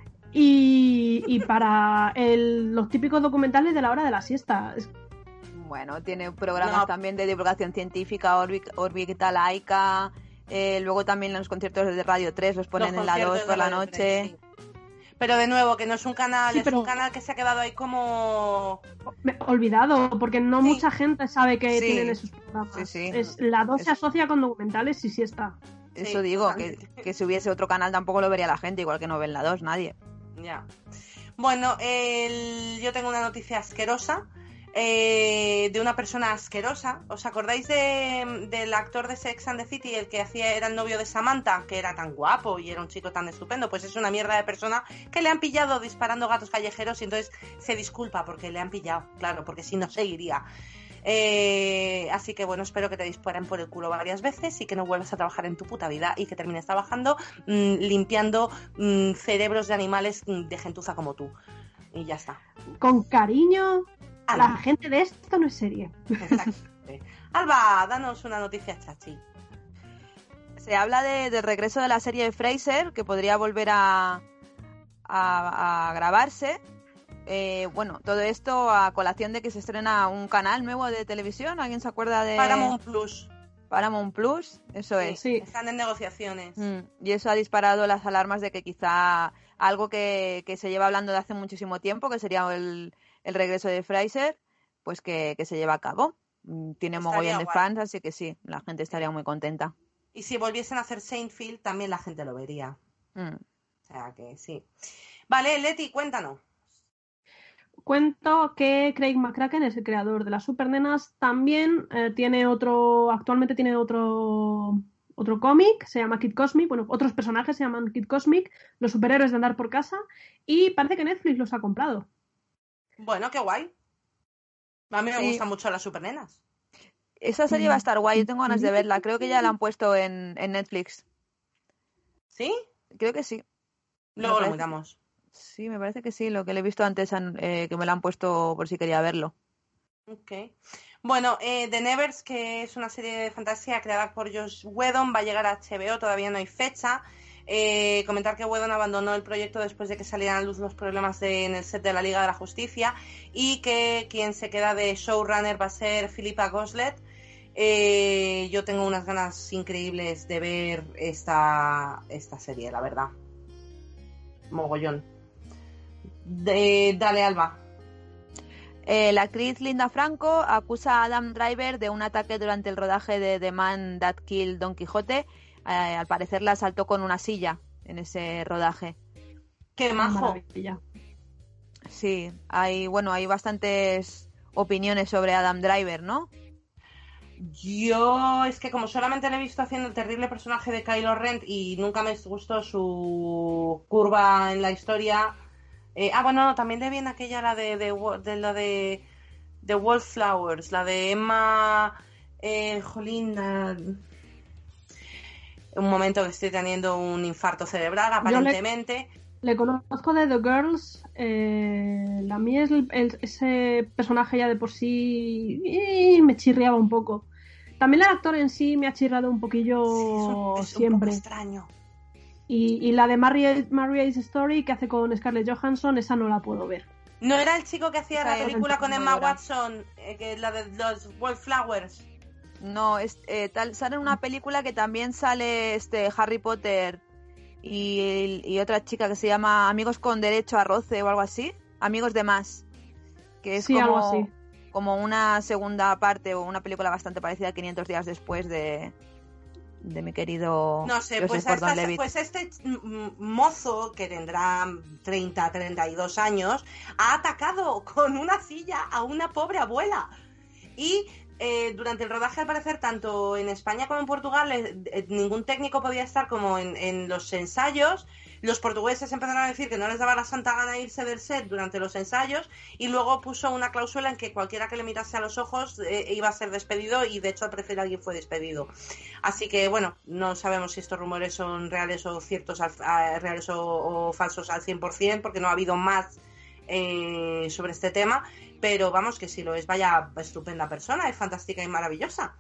S2: Y, y para el, los típicos documentales de la hora de la siesta. Es...
S3: Bueno, tiene programas
S1: No.
S3: también de divulgación científica, Orbi- Órbita Laica, eh, luego también los conciertos de Radio tres los ponen
S1: Los
S3: en la
S1: conciertos
S3: dos
S1: de
S3: por la
S1: Radio
S3: noche.
S1: tres, sí. Pero de nuevo, que no es un canal,
S2: Sí,
S1: es
S2: pero-
S1: un canal que se ha quedado ahí como...
S2: Me- olvidado, porque no
S1: Sí.
S2: mucha gente sabe que
S3: Sí.
S2: tienen esos programas.
S3: Sí, sí.
S2: Es, la dos se
S3: Es-
S2: asocia con documentales y siesta.
S3: Eso
S1: Sí,
S3: digo, que,
S1: totalmente.
S3: que si hubiese otro canal tampoco lo vería la gente, igual que no ven la dos, nadie.
S1: Ya. Bueno, el... yo tengo una noticia asquerosa eh, de una persona asquerosa. ¿Os acordáis de, del actor de Sex and the City, el que hacía era el novio de Samantha, que era tan guapo y era un chico tan estupendo? Pues es una mierda de persona que le han pillado disparando gatos callejeros y entonces se disculpa porque le han pillado, claro, porque si no seguiría. Eh, así que bueno, espero que te disparen por el culo varias veces y que no vuelvas a trabajar en tu puta vida y que termines trabajando mmm, limpiando mmm, cerebros de animales de gentuza como tú. Y ya está.
S2: Con cariño,
S1: Ala.
S2: la gente de esto no es serie.
S1: Exactamente. Alba, danos una noticia chachi.
S3: Se habla de, del regreso de la serie de Frasier, que podría volver a, a, a grabarse. Eh, bueno, todo esto a colación de que se estrena un canal nuevo de televisión. ¿Alguien se acuerda de
S1: Paramount Plus.
S3: Paramount Plus? Eso
S1: Sí,
S3: es.
S2: Sí.
S1: Están en negociaciones.
S3: Mm, y eso ha disparado las alarmas de que quizá algo que, que se lleva hablando de hace muchísimo tiempo, que sería el, el regreso de Frasier, pues que, que se lleva a cabo. Mm, Tiene
S1: Estaría
S3: mogollón de
S1: guay.
S3: fans, así que sí, la gente estaría muy contenta.
S1: Y si volviesen a hacer Seinfeld, también la gente lo vería.
S3: Mm.
S1: O sea que sí. Vale, Leti, cuéntanos.
S2: Cuento que Craig McCracken es el creador de las Supernenas. También eh, tiene otro, actualmente tiene otro, otro cómic, se llama Kid Cosmic. Bueno, otros personajes se llaman Kid Cosmic, los superhéroes de andar por casa. Y parece que Netflix los ha comprado.
S1: Bueno, qué guay. A mí me
S3: Sí.
S1: gustan mucho las supernenas.
S3: Esa serie va a estar guay, yo tengo ganas de verla. Creo que ya la han puesto en, en Netflix.
S1: ¿Sí?
S3: Creo que sí.
S1: Luego
S3: Me
S1: lo
S3: parece-
S1: miramos.
S3: Sí, me parece que sí. Lo que le he visto antes, eh, que me la han puesto por si quería verlo.
S1: Ok. Bueno, eh, The Nevers, que es una serie de fantasía creada por Joss Whedon, va a llegar a H B O, todavía no hay fecha. Eh, comentar que Whedon abandonó el proyecto después de que salieran a luz los problemas de, en el set de la Liga de la Justicia y que quien se queda de showrunner va a ser Philippa Goslet. Eh, yo tengo unas ganas increíbles de ver esta, esta serie, la verdad. Mogollón. De, dale, Alba.
S3: Eh, la actriz Linda Franco acusa a Adam Driver de un ataque durante el rodaje de The Man That Killed Don Quijote. Eh, al parecer la asaltó con una silla en ese rodaje.
S1: Qué majo.
S2: Maravilla.
S3: Sí, hay, bueno, hay bastantes opiniones sobre Adam Driver, ¿no?
S1: Yo es que como solamente le he visto haciendo el terrible personaje de Kylo Ren y nunca me gustó su curva en la historia. Eh, ah, bueno, no, también le vi en aquella la de, de, de la de, de Wallflowers, la de Emma, eh, jolín, la- un momento que estoy teniendo un infarto cerebral, aparentemente.
S2: Le conozco de The Girls. Eh, la mía es el, el- ese personaje ya de por sí eh, me chirriaba un poco. También el actor en sí me ha chirrado un poquillo
S1: Sí, es un, es un
S2: siempre.
S1: poco extraño.
S2: Y, y la de Marriage, Marriage Story que hace con Scarlett Johansson, esa no la puedo ver.
S1: ¿No era el chico que hacía
S3: Esa
S1: la
S3: es
S1: película
S3: un
S1: con
S3: poco
S1: Emma
S3: llora.
S1: Watson, eh, que la de los Wallflowers?
S3: No, es, eh, tal, sale en una película que también sale este Harry Potter y, y otra chica que se llama Amigos con Derecho a Roce o algo así. Amigos de Más. Que es
S2: Sí,
S3: como,
S2: algo así.
S3: como una segunda parte o una película bastante parecida a quinientos días después de, de mi querido
S1: no sé,
S3: Joseph
S1: pues,
S3: Gordon-Levitt.
S1: Pues este mozo, que tendrá treinta, treinta y dos años, ha atacado con una silla a una pobre abuela. Y eh, durante el rodaje, al parecer, tanto en España como en Portugal, eh, ningún técnico podía estar como en, en los ensayos. Los portugueses empezaron a decir que no les daba la santa gana irse del set durante los ensayos, y luego puso una cláusula en que cualquiera que le mirase a los ojos eh, iba a ser despedido, y de hecho al parecer alguien fue despedido. Así que bueno, no sabemos si estos rumores son reales o ciertos, al, a, reales o, o falsos al cien por ciento, porque no ha habido más eh, sobre este tema, pero vamos, que si lo es, vaya estupenda persona, es fantástica y maravillosa.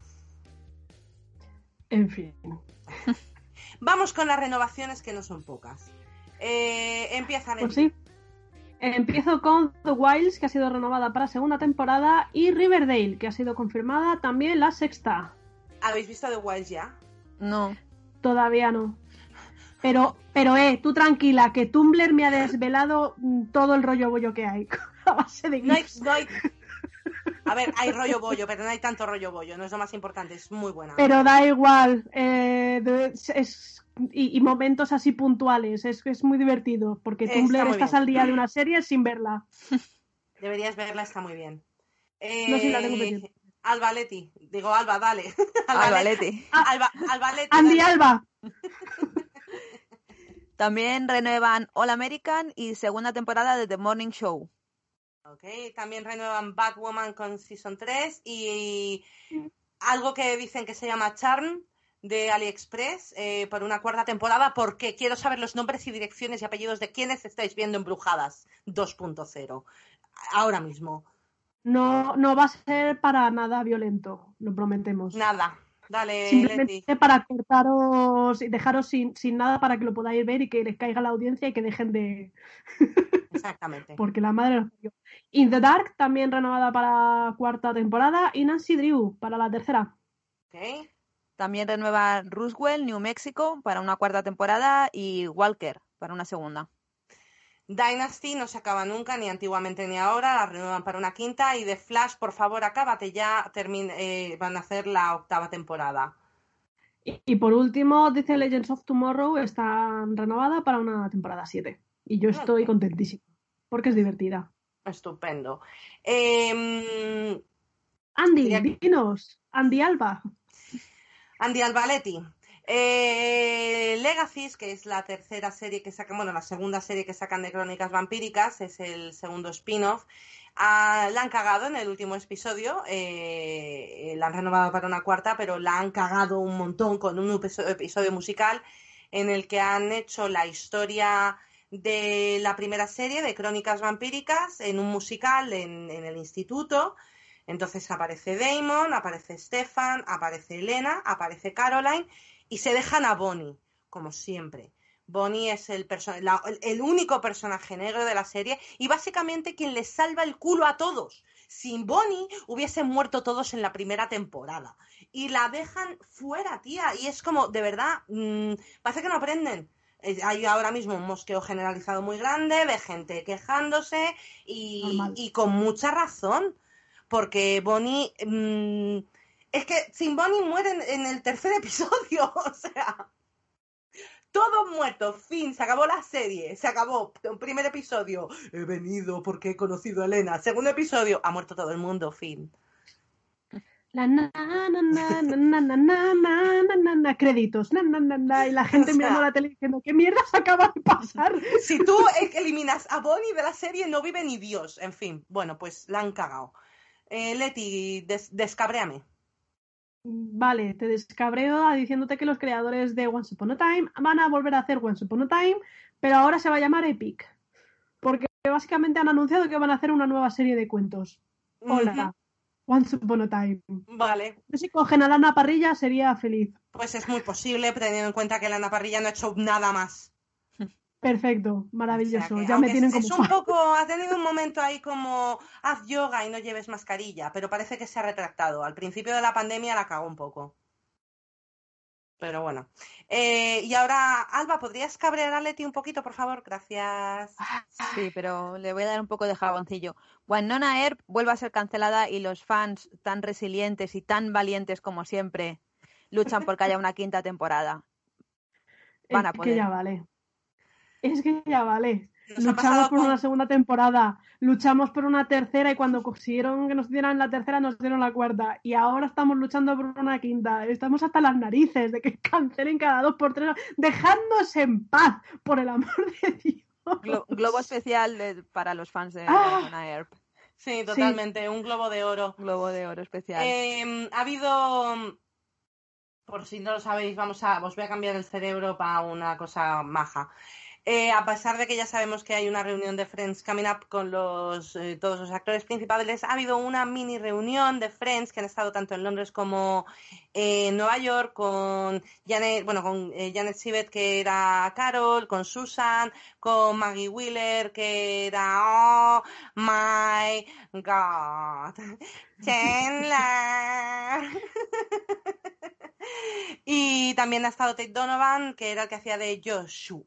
S2: En fin.
S1: Vamos con las renovaciones, que no son pocas. Eh, empieza
S2: Pues sí. Empiezo con The Wilds, que ha sido renovada para segunda temporada, y Riverdale, que ha sido confirmada también la sexta.
S1: ¿Habéis visto The Wilds ya?
S3: No.
S2: Todavía no. Pero, pero, eh, tú tranquila, que Tumblr me ha desvelado todo el rollo bollo que hay. A base de
S1: no hay,
S2: gifs.
S1: no hay... A ver, hay rollo bollo, pero no hay tanto rollo bollo, no es lo más importante, es muy buena.
S2: Pero da igual, eh, es, es, y, y momentos así puntuales, es, es muy divertido, porque
S1: Está
S2: Tumblr
S1: muy
S2: estás
S1: bien.
S2: al día de una serie sin verla.
S1: Deberías verla, está muy bien. Eh,
S2: No sé si la tengo pendiente.
S1: Alba Leti, digo Alba, dale.
S3: Alba Leti.
S1: Alba, Alba Leti.
S2: Andy
S1: dale.
S2: Alba.
S3: También renuevan All American y segunda temporada de The Morning Show.
S1: Ok, también renuevan Batwoman con Season tres y algo que dicen que se llama Charm de AliExpress eh, por una cuarta temporada, porque quiero saber los nombres y direcciones y apellidos de quienes estáis viendo Embrujadas dos punto cero ahora mismo.
S2: No, no va a ser para nada violento, lo prometemos.
S1: Nada, dale,
S2: Simplemente
S1: Leti.
S2: para cortaros y dejaros sin, sin nada para que lo podáis ver y que les caiga la audiencia y que dejen de...
S1: Exactamente.
S2: Porque la madre los parió. In the Dark, también renovada para cuarta temporada, y Nancy Drew para la tercera.
S1: Okay.
S3: También renueva Roswell, New Mexico para una cuarta temporada y Walker para una segunda.
S1: Dynasty no se acaba nunca, ni antiguamente ni ahora, la renuevan para una quinta, y The Flash, por favor, acábate ya, termine, eh, van a hacer la octava temporada.
S2: Y, y por último, dice Legends of Tomorrow, está renovada para una temporada siete. Y yo estoy
S1: Okay.
S2: contentísima, porque es divertida.
S1: Estupendo. Eh,
S2: Andy,
S1: diría...
S2: dinos, Andy Alba.
S1: Andy Albaletti. Eh, Legacies, que es la tercera serie que sacan, bueno, la segunda serie que sacan de Crónicas Vampíricas, es el segundo spin-off. Ah, la han cagado en el último episodio, eh, la han renovado para una cuarta, pero la han cagado un montón con un episodio musical en el que han hecho la historia de la primera serie de Crónicas Vampíricas en un musical en, en el instituto. Entonces aparece Damon, aparece Stefan, aparece Elena, aparece Caroline y se dejan a Bonnie, como siempre. Bonnie es el, perso- la, el único personaje negro de la serie y básicamente quien les salva el culo a todos. Sin Bonnie hubiesen muerto todos en la primera temporada. Y la dejan fuera, tía. Y es como, de verdad, mmm, parece que no aprenden. Hay ahora mismo un mosqueo generalizado muy grande de gente quejándose y, y con mucha razón. Porque Bonnie... Mmm, es que sin Bonnie mueren en el tercer episodio. O sea... Todos muertos, fin, se acabó la serie, se acabó. Primer episodio, he venido porque he conocido a Elena. Segundo episodio, ha muerto todo el mundo, fin.
S2: La na na na na na na na na na na créditos, na na na na y la gente o sea, mirando la tele diciendo ¿qué mierda se acaba de pasar?
S1: Si tú eliminas a Bonnie de la serie no vive ni Dios, en fin, bueno, pues la han cagado. Eh, Leti, des descabréame.
S2: Vale, te descabreo diciéndote que los creadores de Once Upon a Time van a volver a hacer Once Upon a Time, pero ahora se va a llamar Epic, porque básicamente han anunciado que van a hacer una nueva serie de cuentos. Hola, uh-huh. Once Upon a Time.
S1: Vale.
S2: Yo si cogen a Lana Parrilla sería feliz.
S1: Pues es muy posible, teniendo en cuenta que Lana Parrilla no ha hecho nada más.
S2: Perfecto, maravilloso.
S1: O sea que,
S2: ya me tienen
S1: es,
S2: como
S1: es un poco, ha tenido un momento ahí como haz yoga y no lleves mascarilla, pero parece que se ha retractado. Al principio de la pandemia la cagó un poco. Pero bueno. Eh, y ahora, Alba, ¿podrías cabrear a Leti un poquito, por favor? Gracias.
S3: Sí, pero le voy a dar un poco de jaboncillo. Wynonna Earp vuelve a ser cancelada y los fans tan resilientes y tan valientes como siempre luchan por que haya una quinta temporada. Van a
S2: Es
S3: poder.
S2: que ya vale. Es que ya vale.
S1: Nos ha
S2: Luchamos
S1: pasado
S2: por
S1: con-
S2: una segunda temporada, luchamos por una tercera y cuando consiguieron que nos dieran la tercera nos dieron la cuarta y ahora estamos luchando por una quinta. Estamos hasta las narices de que cancelen cada dos por tres. Dejadnos en paz, por el amor de Dios.
S3: Glo- globo especial de- para los fans de
S2: Ah.
S3: Wynonna Earp.
S1: Sí, totalmente, un globo de oro.
S3: Globo de oro especial.
S1: Eh, ha habido, por si no lo sabéis, vamos a, os voy a cambiar el cerebro para una cosa maja. Eh, a pesar de que ya sabemos que hay una reunión de Friends Coming Up con los eh, todos los actores principales, ha habido una mini reunión de Friends que han estado tanto en Londres como en Nueva York con Janet, bueno, con eh, Janet Sibet, que era Carol, con Susan, con Maggie Wheeler, que era Oh my God, Chandler. Y también ha estado Tate Donovan, que era el que hacía de Joshua.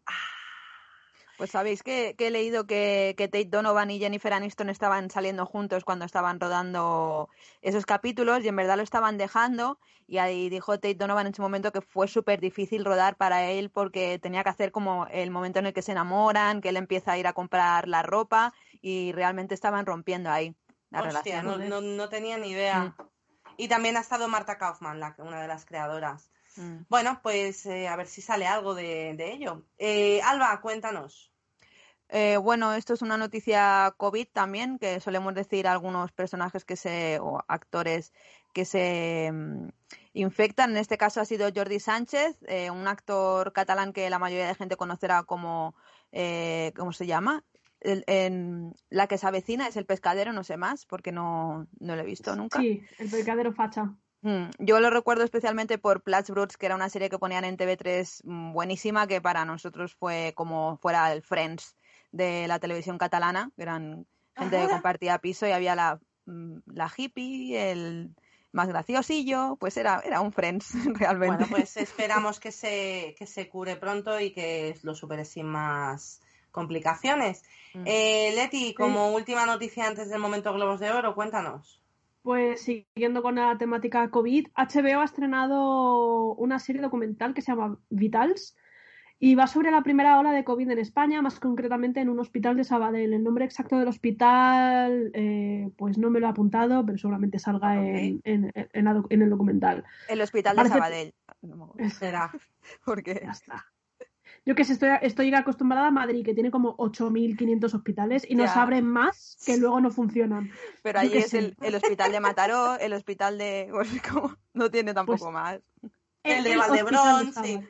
S3: Pues sabéis que, que he leído que, que Tate Donovan y Jennifer Aniston estaban saliendo juntos cuando estaban rodando esos capítulos y en verdad lo estaban dejando y ahí dijo Tate Donovan en su momento que fue súper difícil rodar para él porque tenía que hacer como el momento en el que se enamoran, que él empieza a ir a comprar la ropa y realmente estaban rompiendo ahí la
S1: Hostia,
S3: relación.
S1: no, no, no tenía ni idea.
S3: Mm.
S1: Y también ha estado Marta Kaufman, la, una de las creadoras.
S3: Mm.
S1: Bueno, pues eh, a ver si sale algo de, de ello. Eh, Alba, cuéntanos.
S3: Eh, bueno, esto es una noticia COVID también, que solemos decir a algunos personajes que se, o actores que se mm, infectan. En este caso ha sido Jordi Sánchez, eh, un actor catalán que la mayoría de gente conocerá como, eh, ¿cómo se llama? El, en La que se avecina es El pescadero, no sé más, porque no, no lo he visto nunca.
S2: Sí, El pescadero facha.
S3: Mm, Yo lo recuerdo especialmente por Plats Bruts, que era una serie que ponían en T V tres mm, buenísima, que para nosotros fue como fuera el Friends de la televisión catalana, que eran gente que compartía piso y había la, mm, la hippie, el más graciosillo, pues era, era un Friends realmente.
S1: Bueno, pues esperamos que se, que se cure pronto y que lo supere sin más complicaciones.
S3: Mm.
S1: Eh, Leti, como última noticia antes del momento Globos de Oro, cuéntanos.
S2: Pues siguiendo con la temática COVID, H B O ha estrenado una serie documental que se llama Vitals y va sobre la primera ola de COVID en España, más concretamente en un hospital de Sabadell. El nombre exacto del hospital, eh, pues no me lo he apuntado, pero seguramente salga
S1: Okay.
S2: en, en, en, la, en el documental.
S3: El hospital
S2: Parece-
S3: de Sabadell. No me
S1: Será.
S3: Porque
S2: Ya está. Yo que sé, estoy, estoy acostumbrada a Madrid, que tiene como ocho mil quinientos hospitales y nos
S3: Ya.
S2: abren más que luego no funcionan.
S3: Pero
S2: Yo
S3: allí
S2: qué
S3: es
S2: sé.
S3: el, el hospital de Mataró, el hospital de... Pues, como, no tiene tampoco
S2: Pues,
S3: más.
S1: El de
S2: hospital
S1: Valdebrón,
S2: de
S1: sí.
S2: Sabadell.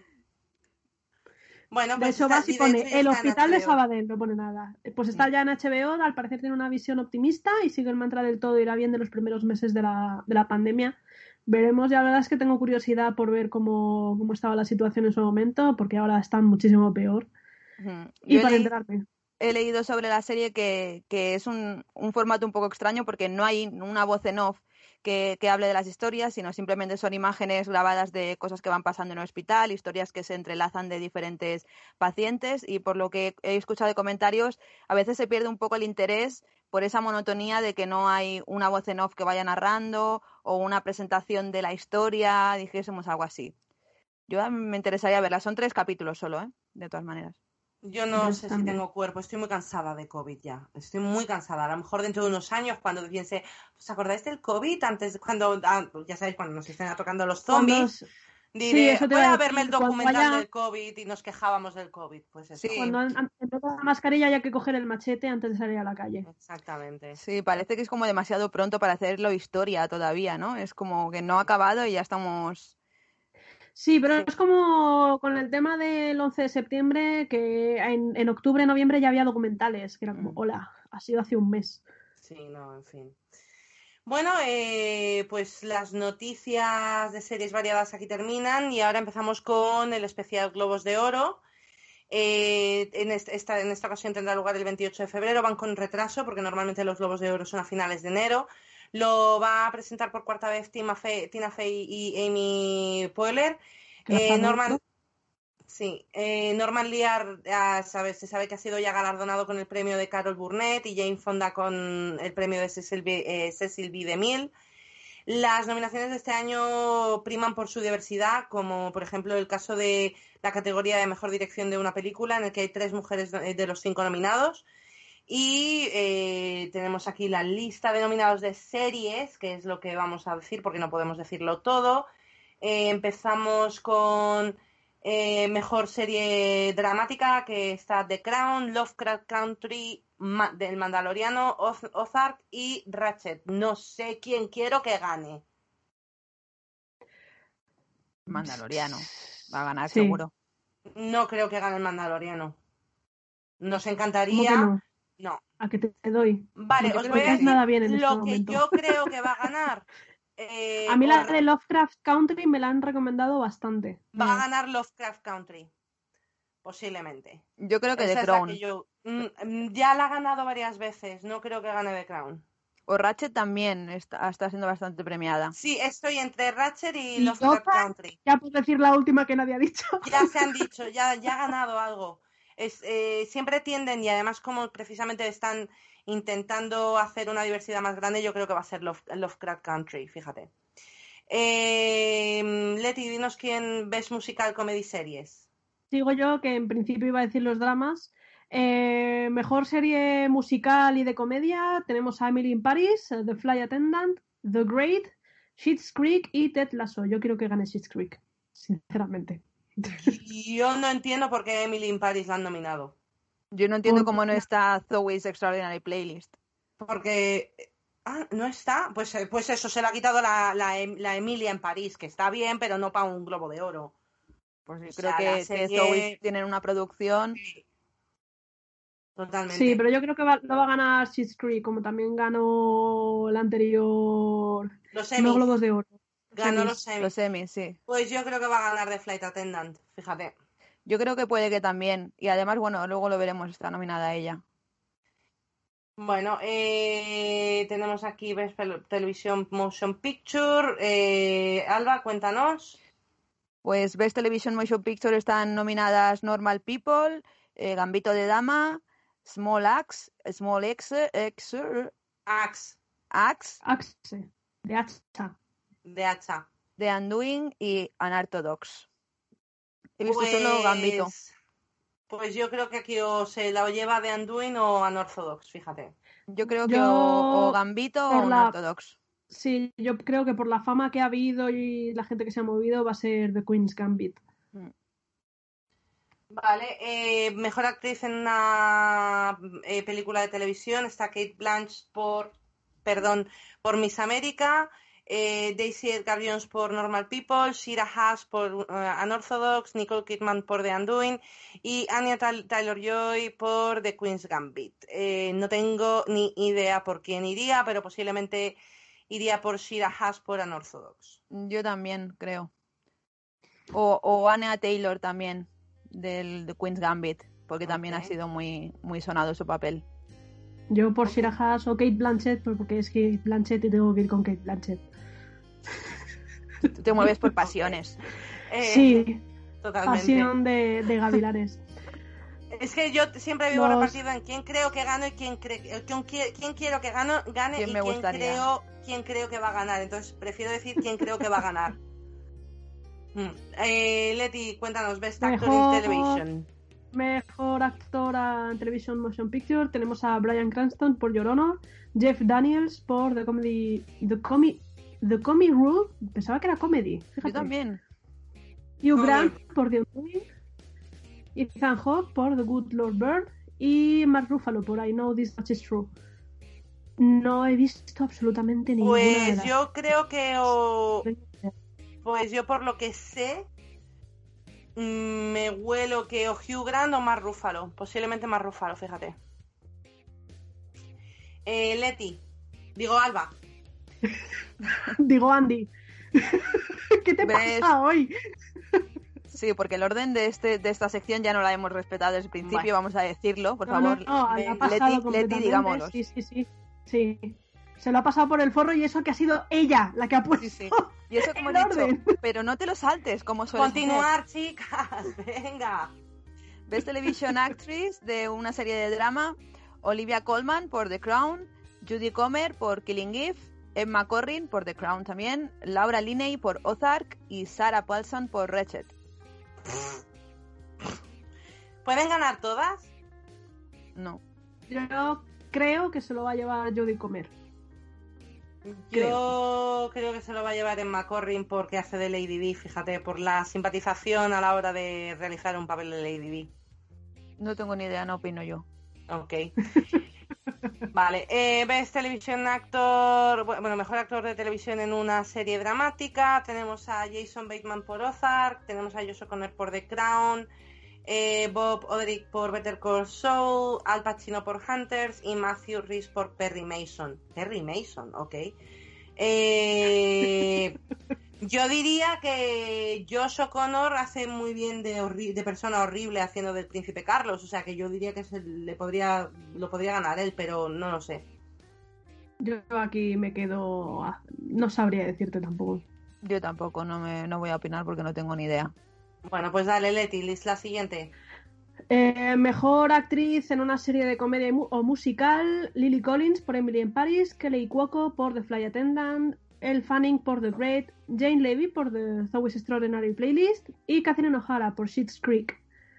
S1: Bueno,
S2: De
S1: pues
S2: hecho,
S1: está,
S2: vas y
S1: y de
S2: pone
S1: hecho ya
S2: el
S1: está en
S2: hospital de
S1: H B O.
S2: Sabadell, no pone nada. Pues está ya en H B O, al parecer tiene una visión optimista y sigue el mantra del todo irá bien de los primeros meses de la, de la pandemia. Veremos, y la verdad es que tengo curiosidad por ver cómo, cómo estaba la situación en su momento, porque ahora está muchísimo peor.
S3: Ujú.
S2: Y
S3: Yo
S2: para
S3: he, leí-
S2: enterarme.
S3: he leído sobre la serie que, que es un, un formato un poco extraño porque no hay una voz en off que, que hable de las historias, sino simplemente son imágenes grabadas de cosas que van pasando en el hospital, historias que se entrelazan de diferentes pacientes y por lo que he escuchado de comentarios, a veces se pierde un poco el interés por esa monotonía de que no hay una voz en off que vaya narrando o una presentación de la historia, dijésemos algo así. Yo a mí me interesaría verla, son tres capítulos solo, ¿eh? De todas maneras.
S1: Yo no
S2: Yo
S1: sé si
S2: también.
S1: tengo cuerpo, estoy muy cansada de COVID ya, estoy muy cansada. A lo mejor dentro de unos años, cuando piense, ¿os acordáis del COVID? Antes, cuando, ah, ya sabéis, cuando nos estén tocando los
S2: Cuando
S1: zombies,
S2: os-
S1: diré,
S2: Sí, eso te
S1: voy
S2: iba a
S1: a verme el
S2: decir. Cuando
S1: documental
S2: haya,
S1: del COVID y nos quejábamos del COVID. Pues eso,
S3: Sí,
S2: cuando an- an- en toda la mascarilla haya que coger el machete antes de salir a la calle.
S1: exactamente.
S3: sí, parece que es como demasiado pronto para hacerlo historia todavía, ¿no? Es como que no ha acabado y ya estamos...
S2: Sí, pero
S1: Sí.
S2: es como con el tema del once de septiembre, que en, en octubre, noviembre ya había documentales, que era como,
S3: Mm.
S2: hola, ha sido hace un mes.
S1: Sí, no, en fin. Bueno, eh, pues las noticias de series variadas aquí terminan y ahora empezamos con el especial Globos de Oro. Eh, en, este- esta, en esta ocasión tendrá lugar el veintiocho de febrero, van con retraso porque normalmente los Globos de Oro son a finales de enero. Lo va a presentar por cuarta vez Tina Fey, Tina Fey y Amy Poehler. Eh, Norman, sí, eh, Norman Lear ya sabe, se sabe que ha sido ya galardonado con el premio de Carol Burnett y Jane Fonda con el premio de Cecil B. Eh, Cecil B. DeMille. Las nominaciones de este año priman por su diversidad, como por ejemplo el caso de la categoría de mejor dirección de una película, en el que hay tres mujeres de los cinco nominados. Y eh, tenemos aquí la lista de nominados de series, que es lo que vamos a decir porque no podemos decirlo todo. Eh, empezamos con eh, mejor serie dramática, que está The Crown, Lovecraft Country, Ma- del Mandaloriano, Oz- Ozark y Ratchet. No sé quién quiero que gane.
S3: Mandaloriano. Va a ganar
S2: Sí.
S3: seguro.
S1: No creo que gane el Mandaloriano. Nos
S2: ¿Cómo
S1: encantaría.
S2: que no?
S1: No.
S2: ¿A qué te, te doy?
S1: Vale,
S2: No
S1: os
S2: te
S1: voy a
S2: metas
S1: decir
S2: nada bien en
S1: lo
S2: este
S1: que
S2: momento.
S1: yo creo que va a ganar. Eh,
S2: A mí la
S1: os-
S2: de Lovecraft Country me la han recomendado bastante.
S1: Va a
S3: Mm.
S1: ganar Lovecraft Country. Posiblemente.
S3: Yo creo que
S1: Esa
S3: The
S1: es la
S3: Crown.
S1: que yo. mm, mm, Ya la ha ganado varias veces. No creo que gane The Crown.
S3: O Ratchet también está, está siendo bastante premiada.
S1: Sí, estoy entre Ratchet y
S2: Y
S1: Lovecraft
S2: Ozark,
S1: Country.
S2: ya puedo decir la última que nadie ha dicho.
S1: Ya se han dicho, ya, ya ha ganado algo. Es, eh, siempre tienden, y además como precisamente están intentando hacer una diversidad más grande, yo creo que va a ser Love, Lovecraft Country, fíjate. Eh, Leti, dinos quién ves musical, comedy, series.
S2: Digo yo que en principio iba a decir los dramas. Eh, mejor serie musical y de comedia tenemos a Emily in Paris, The Flight Attendant, The Great, Schitt's Creek y Ted Lasso. Yo quiero que gane Schitt's Creek, sinceramente.
S1: Yo no entiendo por qué Emily in Paris la han nominado.
S3: Yo no entiendo
S2: Por-
S3: cómo no está Zoe's Extraordinary Playlist.
S1: Porque... Ah, ¿no está? Pues, eh, pues eso, se le ha quitado la, la, la Emilia en París, que está bien, pero no para un Globo de Oro.
S3: Pues sí,
S1: O
S3: creo
S1: sea,
S3: que,
S1: la
S3: que
S1: serie-
S3: Zoe's tienen una producción.
S1: Totalmente.
S2: Sí, pero yo creo que va, lo va a ganar Schitt's Creek, como también ganó el anterior.
S1: Los
S2: No
S1: Emmys.
S2: Globos de Oro.
S1: Ganó
S2: Emmys.
S1: los Emmys.
S3: Los Emmys, sí.
S1: Pues yo creo que va a ganar The Flight Attendant, fíjate.
S3: Yo creo que puede que también. Y además, bueno, luego lo veremos, está nominada ella.
S1: Bueno, eh, tenemos aquí Best Pel- Television Motion Picture. Eh, Alba, cuéntanos.
S3: Pues Best Television Motion Picture están nominadas Normal People, eh, Gambito de Dama, Small Axe, Small Axe, Axe,
S1: Axe,
S3: Axe,
S2: Axe, de Hacha.
S1: de hacha.
S3: The Undoing y Unorthodox. He visto
S1: Pues-
S3: solo Gambito.
S1: Pues yo creo que aquí o se la lleva de Undoing o Unorthodox, fíjate.
S3: Yo creo que
S2: Yo,
S3: o, o Gambito o
S2: por la-
S3: Unorthodox.
S2: Sí, yo creo que por la fama que ha habido y la gente que se ha movido va a ser The Queen's Gambit.
S1: Vale, eh, mejor actriz en una eh, película de televisión está Kate Blanchett por, perdón, por Miss América, eh, Daisy Edgar Jones por Normal People, Shira Haas por uh, Unorthodox, Nicole Kidman por The Undoing y Anya Taylor-Joy por The Queen's Gambit. Eh, no tengo ni idea por quién iría, pero posiblemente iría por Shira Haas por Unorthodox.
S3: Yo también, creo. O, o Anya Taylor también, del The Queen's Gambit, porque también
S1: Ok.
S3: ha sido muy, muy sonado su papel.
S2: Yo por Shira Haas o Kate Blanchett, pues porque es Kate Blanchett y tengo que ir con Kate Blanchett.
S3: Tú te mueves por pasiones.
S1: Eh,
S2: Sí,
S1: totalmente.
S2: pasión de, de gavilanes.
S1: Es que yo siempre vivo
S2: Los-
S1: repartido en quién creo que gano y quién, cre- quién, qui- quién quiero que gano, gane
S3: ¿Quién
S1: y
S3: me
S1: quién
S3: gustaría?
S1: creo, quién creo que va a ganar. Entonces prefiero decir quién creo que va a ganar. Mm. Eh, Leti, cuéntanos, Best Actor
S2: Mejor-
S1: in Television.
S2: Mejor actor en Television Motion Picture tenemos a Bryan Cranston por Your Honor, Jeff Daniels por The Comedy The Comi The Comi Rule, pensaba que era comedy, fíjate.
S3: Yo también.
S2: Hugh
S1: Joder.
S2: Grant por The Undoing, Ethan Hawke por The Good Lord Bird y Mark Ruffalo por I Know This Much Is True. No he visto absolutamente ninguna de
S1: Pues
S2: las-
S1: yo creo que o, pues yo por lo que sé mm, me huelo que o Hugh Grant o Mark Ruffalo, posiblemente Mark Ruffalo, fíjate. Eh, Leti, digo Alba.
S2: Digo Andy. ¿Qué te
S3: ¿Ves?
S2: pasa hoy?
S3: Sí, porque el orden de este de esta sección ya no la hemos respetado desde el principio,
S1: Vale.
S3: vamos a decirlo, por
S2: No,
S3: favor.
S2: no, no,
S1: ven,
S2: ha pasado
S3: Leti, Leti,
S2: completamente.
S3: digámoslo.
S2: Sí, sí, sí, sí. Se lo ha pasado por el forro y eso que ha sido ella la que ha puesto
S3: Sí, sí. Y eso como he dicho, pero no te lo saltes, como suele
S1: Continuar, chicas, venga.
S3: Best Television Actress de una serie de drama, Olivia Colman por The Crown, Judy Comer por Killing Eve, Emma Corrin por The Crown también, Laura Linney por Ozark y Sarah Paulson por Ratched.
S1: ¿Pueden ganar todas?
S3: No.
S2: Yo creo que se lo va a llevar Judy Comer.
S1: Yo creo. creo que se lo va a llevar Emma Corrin porque hace de Lady Di, fíjate, por la simpatización a la hora de realizar un papel de Lady Di.
S3: No tengo ni idea, no opino yo.
S1: Ok. Vale, eh, Best Television Actor, bueno, mejor actor de televisión en una serie dramática. Tenemos a Jason Bateman por Ozark, tenemos a Josh O'Connor por The Crown, eh, Bob Odenkirk por Better Call Saul, Al Pacino por Hunters y Matthew Rhys por Perry Mason. Perry Mason, ok. Eh, yo diría que Josh O'Connor hace muy bien de, horri- de persona horrible haciendo del Príncipe Carlos, o sea que yo diría que se le podría lo podría ganar él, pero no lo sé.
S2: Yo aquí me quedo... No sabría decirte tampoco.
S3: Yo tampoco, no me no voy a opinar porque no tengo ni idea.
S1: Bueno, pues dale, Leti, Liz, la siguiente.
S2: Eh, mejor actriz en una serie de comedia y mu- o musical, Lily Collins por Emily in Paris, Kelly Cuoco por The Flight Attendant, Elle Fanning por The Great, Jane Levy por The Zoe's Extraordinary Playlist y Catherine O'Hara por Schitt's Creek.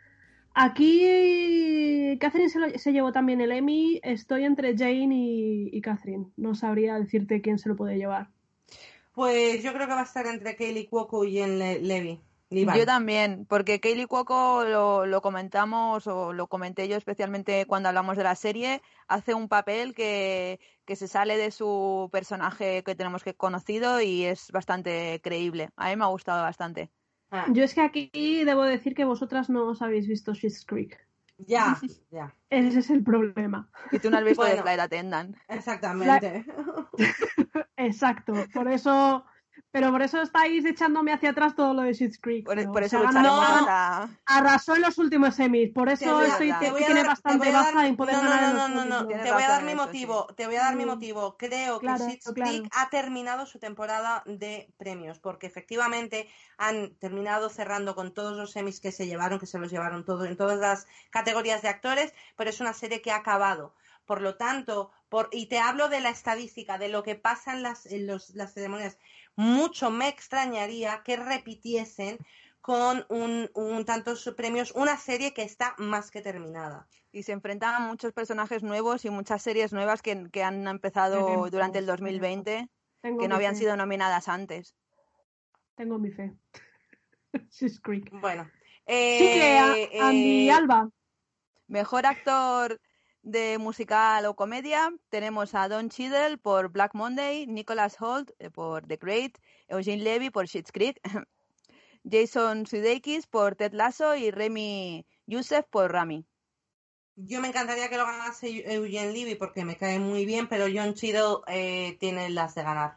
S2: Aquí Catherine se, lo, se llevó también el Emmy. Estoy entre Jane y, y Catherine. No sabría decirte quién se lo puede llevar.
S1: Pues yo creo que va a estar entre Kaylee Cuoco y Jane Le- Levy. Levan.
S3: Yo también, porque Kaylee Cuoco lo, lo comentamos, o lo comenté yo especialmente cuando hablamos de la serie, hace un papel que, que se sale de su personaje que tenemos que conocido y es bastante creíble. A mí me ha gustado bastante.
S1: Ah.
S2: Yo es que aquí debo decir que vosotras no os habéis visto Schitt's Creek.
S1: Ya, ya.
S2: Ese es el problema.
S3: Y tú no has visto
S1: Bueno.
S3: The Flight Attendant.
S1: Exactamente.
S2: Exacto, por eso... Pero por eso estáis echándome hacia atrás todo lo de Schitt's Creek.
S3: Por,
S2: pero
S3: por eso
S2: se ha
S3: lucharemos
S2: ganado-
S3: hasta...
S2: Arrasó en los últimos semis, por
S1: Te
S2: eso
S1: voy a-
S2: estoy,
S3: te
S2: te-
S1: voy a
S2: tiene
S1: dar-
S2: bastante
S1: te voy a
S2: baja
S1: dar-
S2: en poder
S1: no,
S2: ganar
S1: no,
S2: en
S1: no,
S2: los
S1: no, no,
S2: próximos.
S1: no.
S3: Tienes
S1: Te voy a
S3: razón
S1: dar
S3: en
S1: mi
S3: eso,
S1: motivo.
S3: sí.
S1: Te voy a dar mi
S2: Mm.
S1: motivo. Creo que
S2: Claro,
S1: Schitt's
S2: claro.
S1: Creek ha terminado su temporada de premios, porque efectivamente han terminado cerrando con todos los semis que se llevaron, que se los llevaron todos en todas las categorías de actores, pero es una serie que ha acabado. Por lo tanto, por, y te hablo de la estadística, de lo que pasa en las, en los, las ceremonias, mucho me extrañaría que repitiesen con un, un tantos premios una serie que está más que terminada.
S3: Y se enfrentan a muchos personajes nuevos y muchas series nuevas que, que han empezado
S2: Veremos,
S3: durante el dos mil veinte,
S2: Tengo
S3: que no
S2: mi
S3: habían
S2: fe.
S3: sido nominadas antes.
S2: Tengo mi fe. Schitt's Creek.
S1: Bueno.
S2: Sigue a
S1: Eh,
S2: Andy
S1: eh,
S2: Alba.
S3: Mejor actor de musical o comedia tenemos a Don Cheadle por Black Monday, Nicholas Hoult eh, por The Great, Eugene Levy por Schitt's Creek, Jason Sudeikis por Ted Lasso y Remy Youssef por Rami.
S1: Yo me encantaría que lo ganase Eugene Levy porque me cae muy bien, pero John Cheadle eh, tiene las de ganar.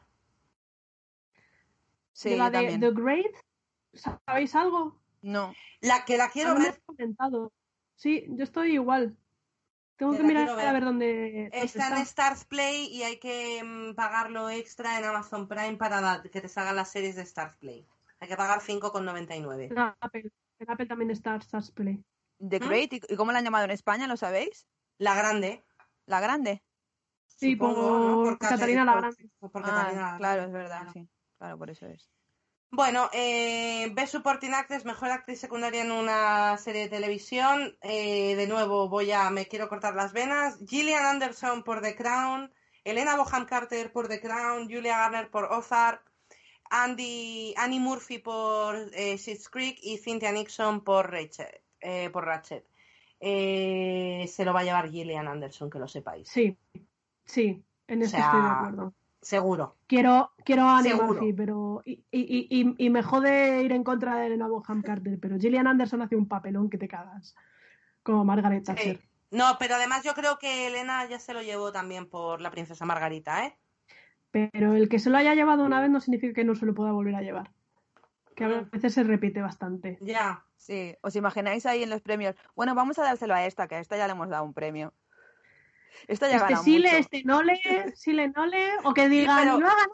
S3: Sí,
S2: de la
S3: yo
S2: de
S3: también.
S2: The Great. ¿Sabéis algo?
S3: No.
S1: La que la quiero
S2: A mí me
S1: ver.
S2: has comentado. Sí, yo estoy igual. Tengo
S1: Que
S2: que
S1: la
S2: mirar
S1: quiero ver.
S2: a ver dónde, dónde
S1: Está en
S2: está.
S1: Stars Play y hay que mm, pagarlo extra en Amazon Prime para la- que te salgan las series de Stars Play. Hay que pagar cinco con noventa y nueve.
S2: En Apple. En Apple también está Stars Play.
S3: The
S1: ¿Mm?
S3: Great, ¿y y cómo la han llamado en España? ¿Lo sabéis?
S1: La grande.
S3: La Grande.
S2: Sí,
S1: Supongo, ¿no?
S2: por
S1: Cate-
S2: Catalina la
S1: por-
S2: Grande.
S1: por
S3: Ah,
S1: Catalina la
S3: claro,
S1: Grande.
S3: es verdad,
S1: Claro.
S3: sí. Claro, por eso es.
S1: Bueno, eh, Best Supporting Actress, mejor actriz secundaria en una serie de televisión. Eh, de nuevo, voy a, me quiero cortar las venas. Gillian Anderson por The Crown, Helena Bonham Carter por The Crown, Julia Garner por Ozark, Andy, Annie Murphy por eh, Schitt's Creek y Cynthia Nixon por Rachel, eh, por Ratched. Eh, se lo va a llevar Gillian Anderson, que lo sepáis.
S2: Sí, sí, en
S1: O
S2: eso
S1: sea,
S2: estoy de acuerdo.
S1: Seguro.
S2: Quiero, quiero a Annie
S1: Seguro.
S2: Murphy, pero. Y, y, y, y me jode ir en contra de Elena Bonham Carter, pero Gillian Anderson hace un papelón que te cagas. Como Margaret Thatcher.
S1: Sí. No, pero además yo creo que Elena ya se lo llevó también por la princesa Margarita, ¿eh?
S2: Pero el que se lo haya llevado una vez no significa que no se lo pueda volver a llevar. Que a veces se repite bastante.
S1: Ya.
S3: Sí, ¿os imagináis ahí en los premios? Bueno, vamos a dárselo a esta, que a esta ya le hemos dado un premio. Esta ya
S2: Este
S3: gana
S2: sí
S3: mucho.
S2: le, este no le, sí le no le, o que digan,
S3: pero-
S2: lo ha ganado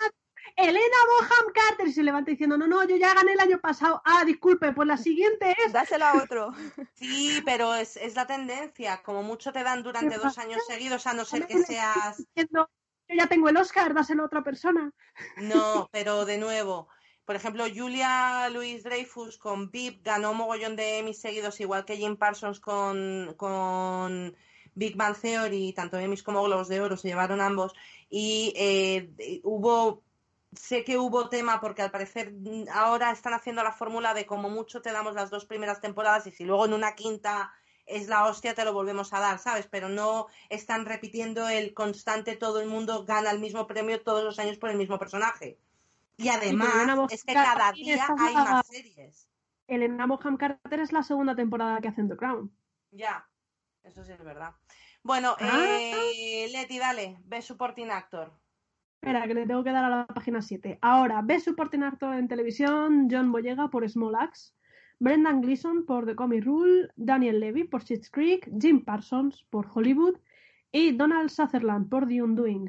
S2: Elena Bonham Carter, y se levanta diciendo, no, no, yo ya gané el año pasado. Ah, disculpe, pues la siguiente es...
S3: Dáselo a otro.
S1: Sí, pero es, es la tendencia. Como mucho te dan durante dos años seguidos, a no ser que seas...
S2: Diciendo, yo ya tengo el Oscar, dáselo a otra persona.
S1: No, pero de nuevo, por ejemplo, Julia Louis-Dreyfus con V I P ganó mogollón de Emmys seguidos, igual que Jim Parsons con, con Big Bang Theory, tanto Emmys como Globos de Oro se llevaron ambos. Y eh, hubo, sé que hubo tema porque al parecer ahora están haciendo la fórmula de como mucho te damos las dos primeras temporadas y si luego en una quinta es la hostia, te lo volvemos a dar, ¿sabes? Pero no están repitiendo el constante, todo el mundo gana el mismo premio todos los años por el mismo personaje. Y además es que cada día hay más series.
S2: Elena Bonham Carter es la segunda temporada que hacen The Crown.
S1: Ya, eso sí es verdad. Bueno,
S2: ah.
S1: eh, Leti, dale, Best Supporting Actor.
S2: Espera, que le tengo que dar a la página siete. Ahora, Best Supporting Actor en televisión, John Boyega por Small Axe, Brendan Gleeson por The Comey Rule, Daniel Levy por Schitt's Creek, Jim Parsons por Hollywood y Donald Sutherland por The Undoing.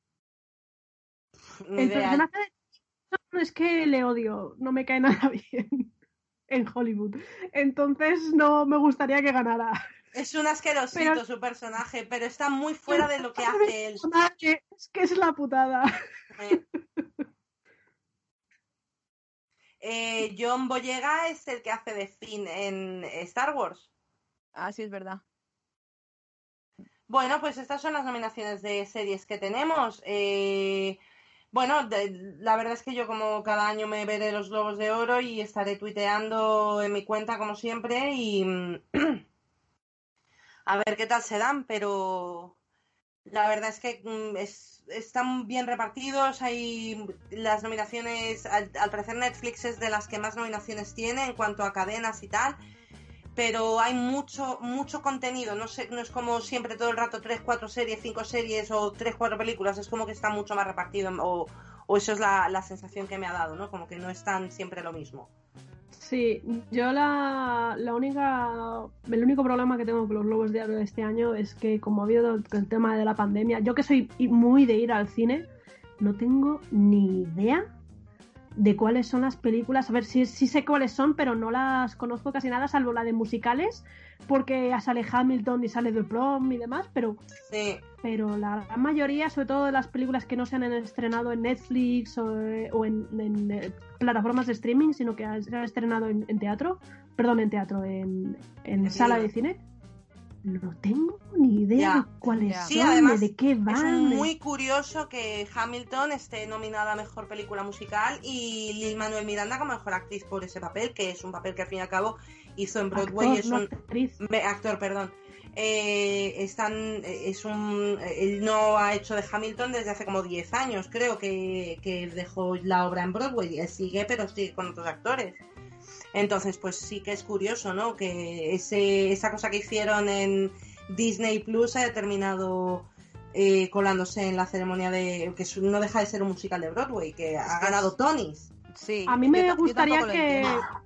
S1: Ni
S2: el
S1: idea.
S2: personaje de no, es que le odio, no me cae nada bien en Hollywood. Entonces no me gustaría que ganara.
S1: Es un asquerosito pero, su personaje, pero está muy fuera de lo que hace él.
S2: Es que es la putada.
S1: Eh. Eh, John Boyega es el que hace de Finn en Star Wars.
S3: Ah, sí, es verdad.
S1: Bueno, pues estas son las nominaciones de series que tenemos. Eh, bueno, de, la verdad es que yo como cada año me veré los Globos de Oro y estaré tuiteando en mi cuenta como siempre y a ver qué tal se dan, pero la verdad es que es, están bien repartidos. Hay las nominaciones, al, al parecer Netflix es de las que más nominaciones tiene en cuanto a cadenas y tal, pero hay mucho mucho contenido. No sé, no es como siempre todo el rato tres, cuatro series, cinco series o tres, cuatro películas. Es como que está mucho más repartido o, o eso es la, la sensación que me ha dado, ¿no? Como que no es tan siempre lo mismo.
S2: Sí, yo la, la única el único problema que tengo con los Globos de Oro de este año es que como ha habido el, el tema de la pandemia, yo que soy muy de ir al cine, no tengo ni idea de cuáles son las películas. A ver, sí, sí sé cuáles son, pero no las conozco casi nada, salvo la de musicales, porque sale Hamilton y sale The Prom y demás, pero
S1: sí.
S2: Pero la gran mayoría, sobre todo de las películas que no se han estrenado en Netflix o, o en, en, en plataformas de streaming, sino que se han estrenado en, en teatro, perdón, en teatro, en, en sala de cine, no tengo ni idea
S1: ya.
S2: de cuáles
S1: ya.
S2: son,
S1: sí, además,
S2: de qué van.
S1: Es muy curioso que Hamilton esté nominada a Mejor Película Musical y Lin-Manuel Miranda como Mejor Actriz por ese papel, que es un papel que al fin y al cabo hizo en Broadway.
S2: Actor,
S1: es
S2: no
S1: un
S2: actriz.
S1: actor, perdón. Eh, están, es un, él no ha hecho de Hamilton desde hace como diez años, creo que, que dejó la obra en Broadway. Él sigue, pero sigue con otros actores. Entonces, pues sí que es curioso, ¿no? Que ese, esa cosa que hicieron en Disney Plus haya terminado eh, colándose en la ceremonia de... que no deja de ser un musical de Broadway, que ha ganado Tonys.
S3: Sí.
S2: A mí me
S3: yo,
S2: gustaría
S3: yo
S2: que...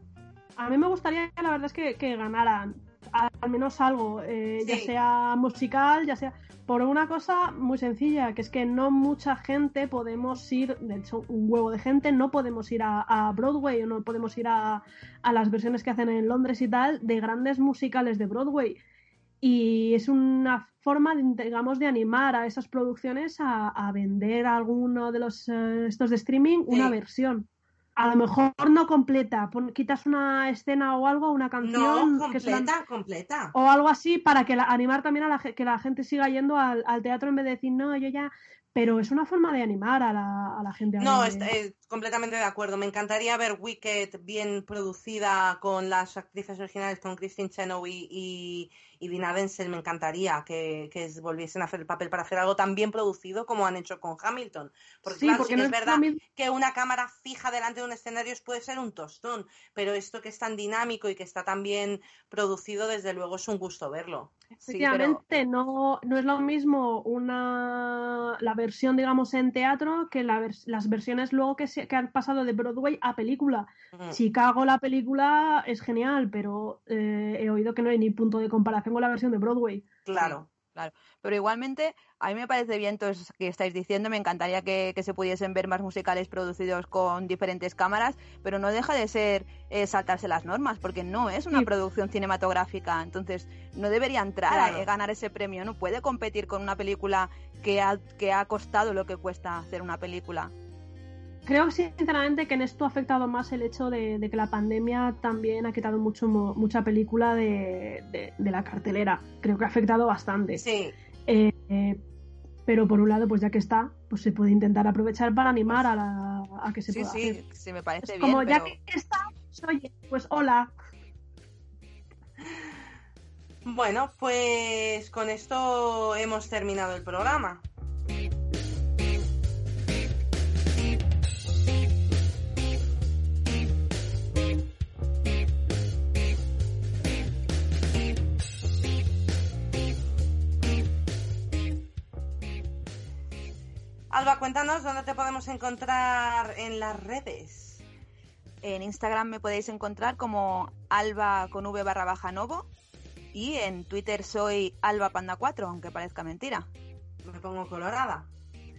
S2: A mí me gustaría, la verdad es que, que ganaran al menos algo, eh, sí. ya sea musical, ya sea... Por una cosa muy sencilla, que es que no mucha gente podemos ir, de hecho un huevo de gente, no podemos ir a, a Broadway o no podemos ir a, a las versiones que hacen en Londres y tal, de grandes musicales de Broadway. Y es una forma, de, digamos, de animar a esas producciones a, a vender a alguno de los uh, estos de streaming una sí. versión. A lo mejor no completa, pon, quitas una escena o algo, una canción.
S1: No, completa,
S2: que es la,
S1: completa.
S2: O algo así para que la, animar también a la, que la gente siga yendo al, al teatro en vez de decir, no, yo ya... Pero es una forma de animar a la, a la gente.
S1: No, es, es completamente de acuerdo. Me encantaría ver Wicked bien producida con las actrices originales, con Christine Chenoweth y, y, y Dina Denzel. Me encantaría que, que volviesen a hacer el papel para hacer algo tan bien producido como han hecho con Hamilton. Porque,
S2: sí,
S1: claro,
S2: porque
S1: sí
S2: no
S1: es
S2: es
S1: verdad
S2: mismo...
S1: que una cámara fija delante de un escenario puede ser un tostón, pero esto que es tan dinámico y que está tan bien producido, desde luego es un gusto verlo.
S2: Efectivamente,
S3: sí, pero...
S2: no, no es lo mismo una la versión, digamos, en teatro que la vers las versiones luego que, se, que han pasado de Broadway a película. Mm. Chicago, la película es genial, pero eh, he oído que no hay ni punto de comparación con la versión de Broadway.
S1: Claro.
S3: Claro, pero igualmente a mí me parece bien todo eso que estáis diciendo, me encantaría que, que se pudiesen ver más musicales producidos con diferentes cámaras, pero no deja de ser eh, saltarse las normas, porque no es una sí. producción cinematográfica, entonces no debería entrar claro. a, a ganar ese premio, no puede competir con una película que ha, que ha costado lo que cuesta hacer una película.
S2: Creo sinceramente que en esto ha afectado más el hecho de, de que la pandemia también ha quitado mucho mucha película de, de, de la cartelera. Creo que ha afectado bastante.
S1: Sí.
S2: Eh, eh, pero por un lado, pues ya que está, pues se puede intentar aprovechar para animar a, la, a que se
S3: sí,
S2: pueda
S3: sí,
S2: hacer.
S3: Sí, sí, me parece
S2: es
S3: bien.
S2: Como
S3: pero...
S2: ya que está, pues, oye, pues hola.
S1: Bueno, pues con esto hemos terminado el programa. Alba, cuéntanos dónde te podemos encontrar en las redes.
S3: En Instagram me podéis encontrar como alba con v barra baja novo y en Twitter soy alba panda cuatro, aunque parezca mentira.
S1: Me pongo colorada.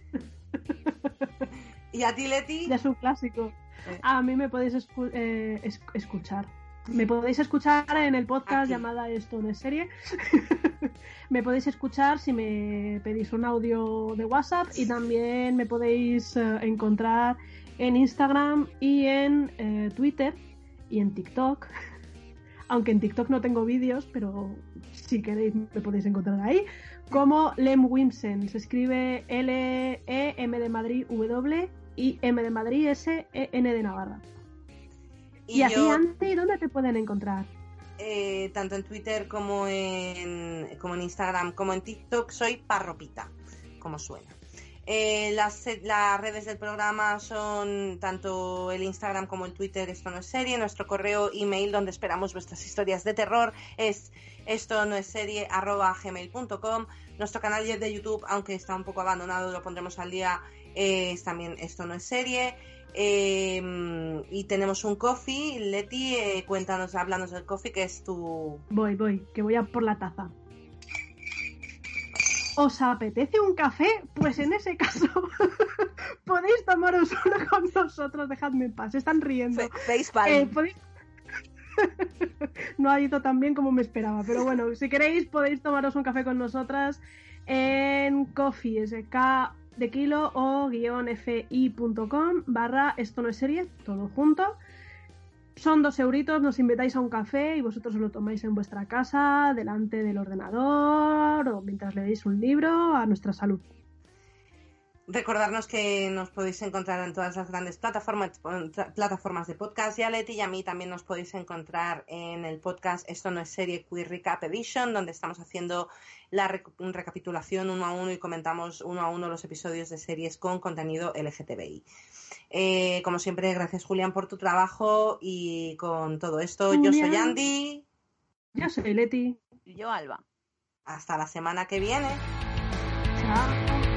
S1: ¿Y a ti, Leti?
S2: Ya es un clásico. Eh. A mí me podéis escu- eh, es- escuchar. Me podéis escuchar en el podcast Aquí. llamada Esto no es serie. Me podéis escuchar si me pedís un audio de WhatsApp y también me podéis uh, encontrar en Instagram y en eh, Twitter y en TikTok. Aunque en TikTok no tengo vídeos, pero si queréis me podéis encontrar ahí. Como Lem Wimsen. Se escribe L E M de Madrid W y M de Madrid S E N de Navarra. ¿Y, y a yo... ti, Andy, dónde te pueden encontrar?
S1: Eh, tanto en Twitter como en, como en Instagram como en TikTok soy Parropita, como suena. Eh, las, las redes del programa son tanto el Instagram como el Twitter Esto no es serie. Nuestro correo email donde esperamos vuestras historias de terror es esto no es serie arroba gmail punto com. Nuestro canal de YouTube, aunque está un poco abandonado, lo pondremos al día, eh, es también Esto no es serie. Eh, y tenemos un coffee. Leti, eh, cuéntanos, háblanos del coffee, que es tu...
S2: Voy, voy, que voy a por la taza. ¿Os apetece un café? Pues en ese caso podéis tomaros uno con nosotros, dejadme en paz, se están riendo.
S3: Facepalm.
S2: Eh, ¿podéis... No ha ido tan bien como me esperaba, pero bueno, si queréis podéis tomaros un café con nosotras en coffee, es K de kilo o guión fi.com barra esto no es serie, todo junto. Son dos euritos, nos invitáis a un café y vosotros os lo tomáis en vuestra casa, delante del ordenador o mientras leéis un libro, a nuestra salud.
S1: Recordarnos que nos podéis encontrar en todas las grandes plataformas, plataformas de podcast y a Leti y a mí también nos podéis encontrar en el podcast Esto no es serie Queer Recap Edition, donde estamos haciendo la rec- recapitulación uno a uno y comentamos uno a uno los episodios de series con contenido L G T B I. Eh, como siempre, gracias Julián por tu trabajo y con todo esto. Julián. Yo soy Andy.
S2: Yo soy Leti.
S3: Y yo Alba.
S1: Hasta la semana que viene.
S2: Chao.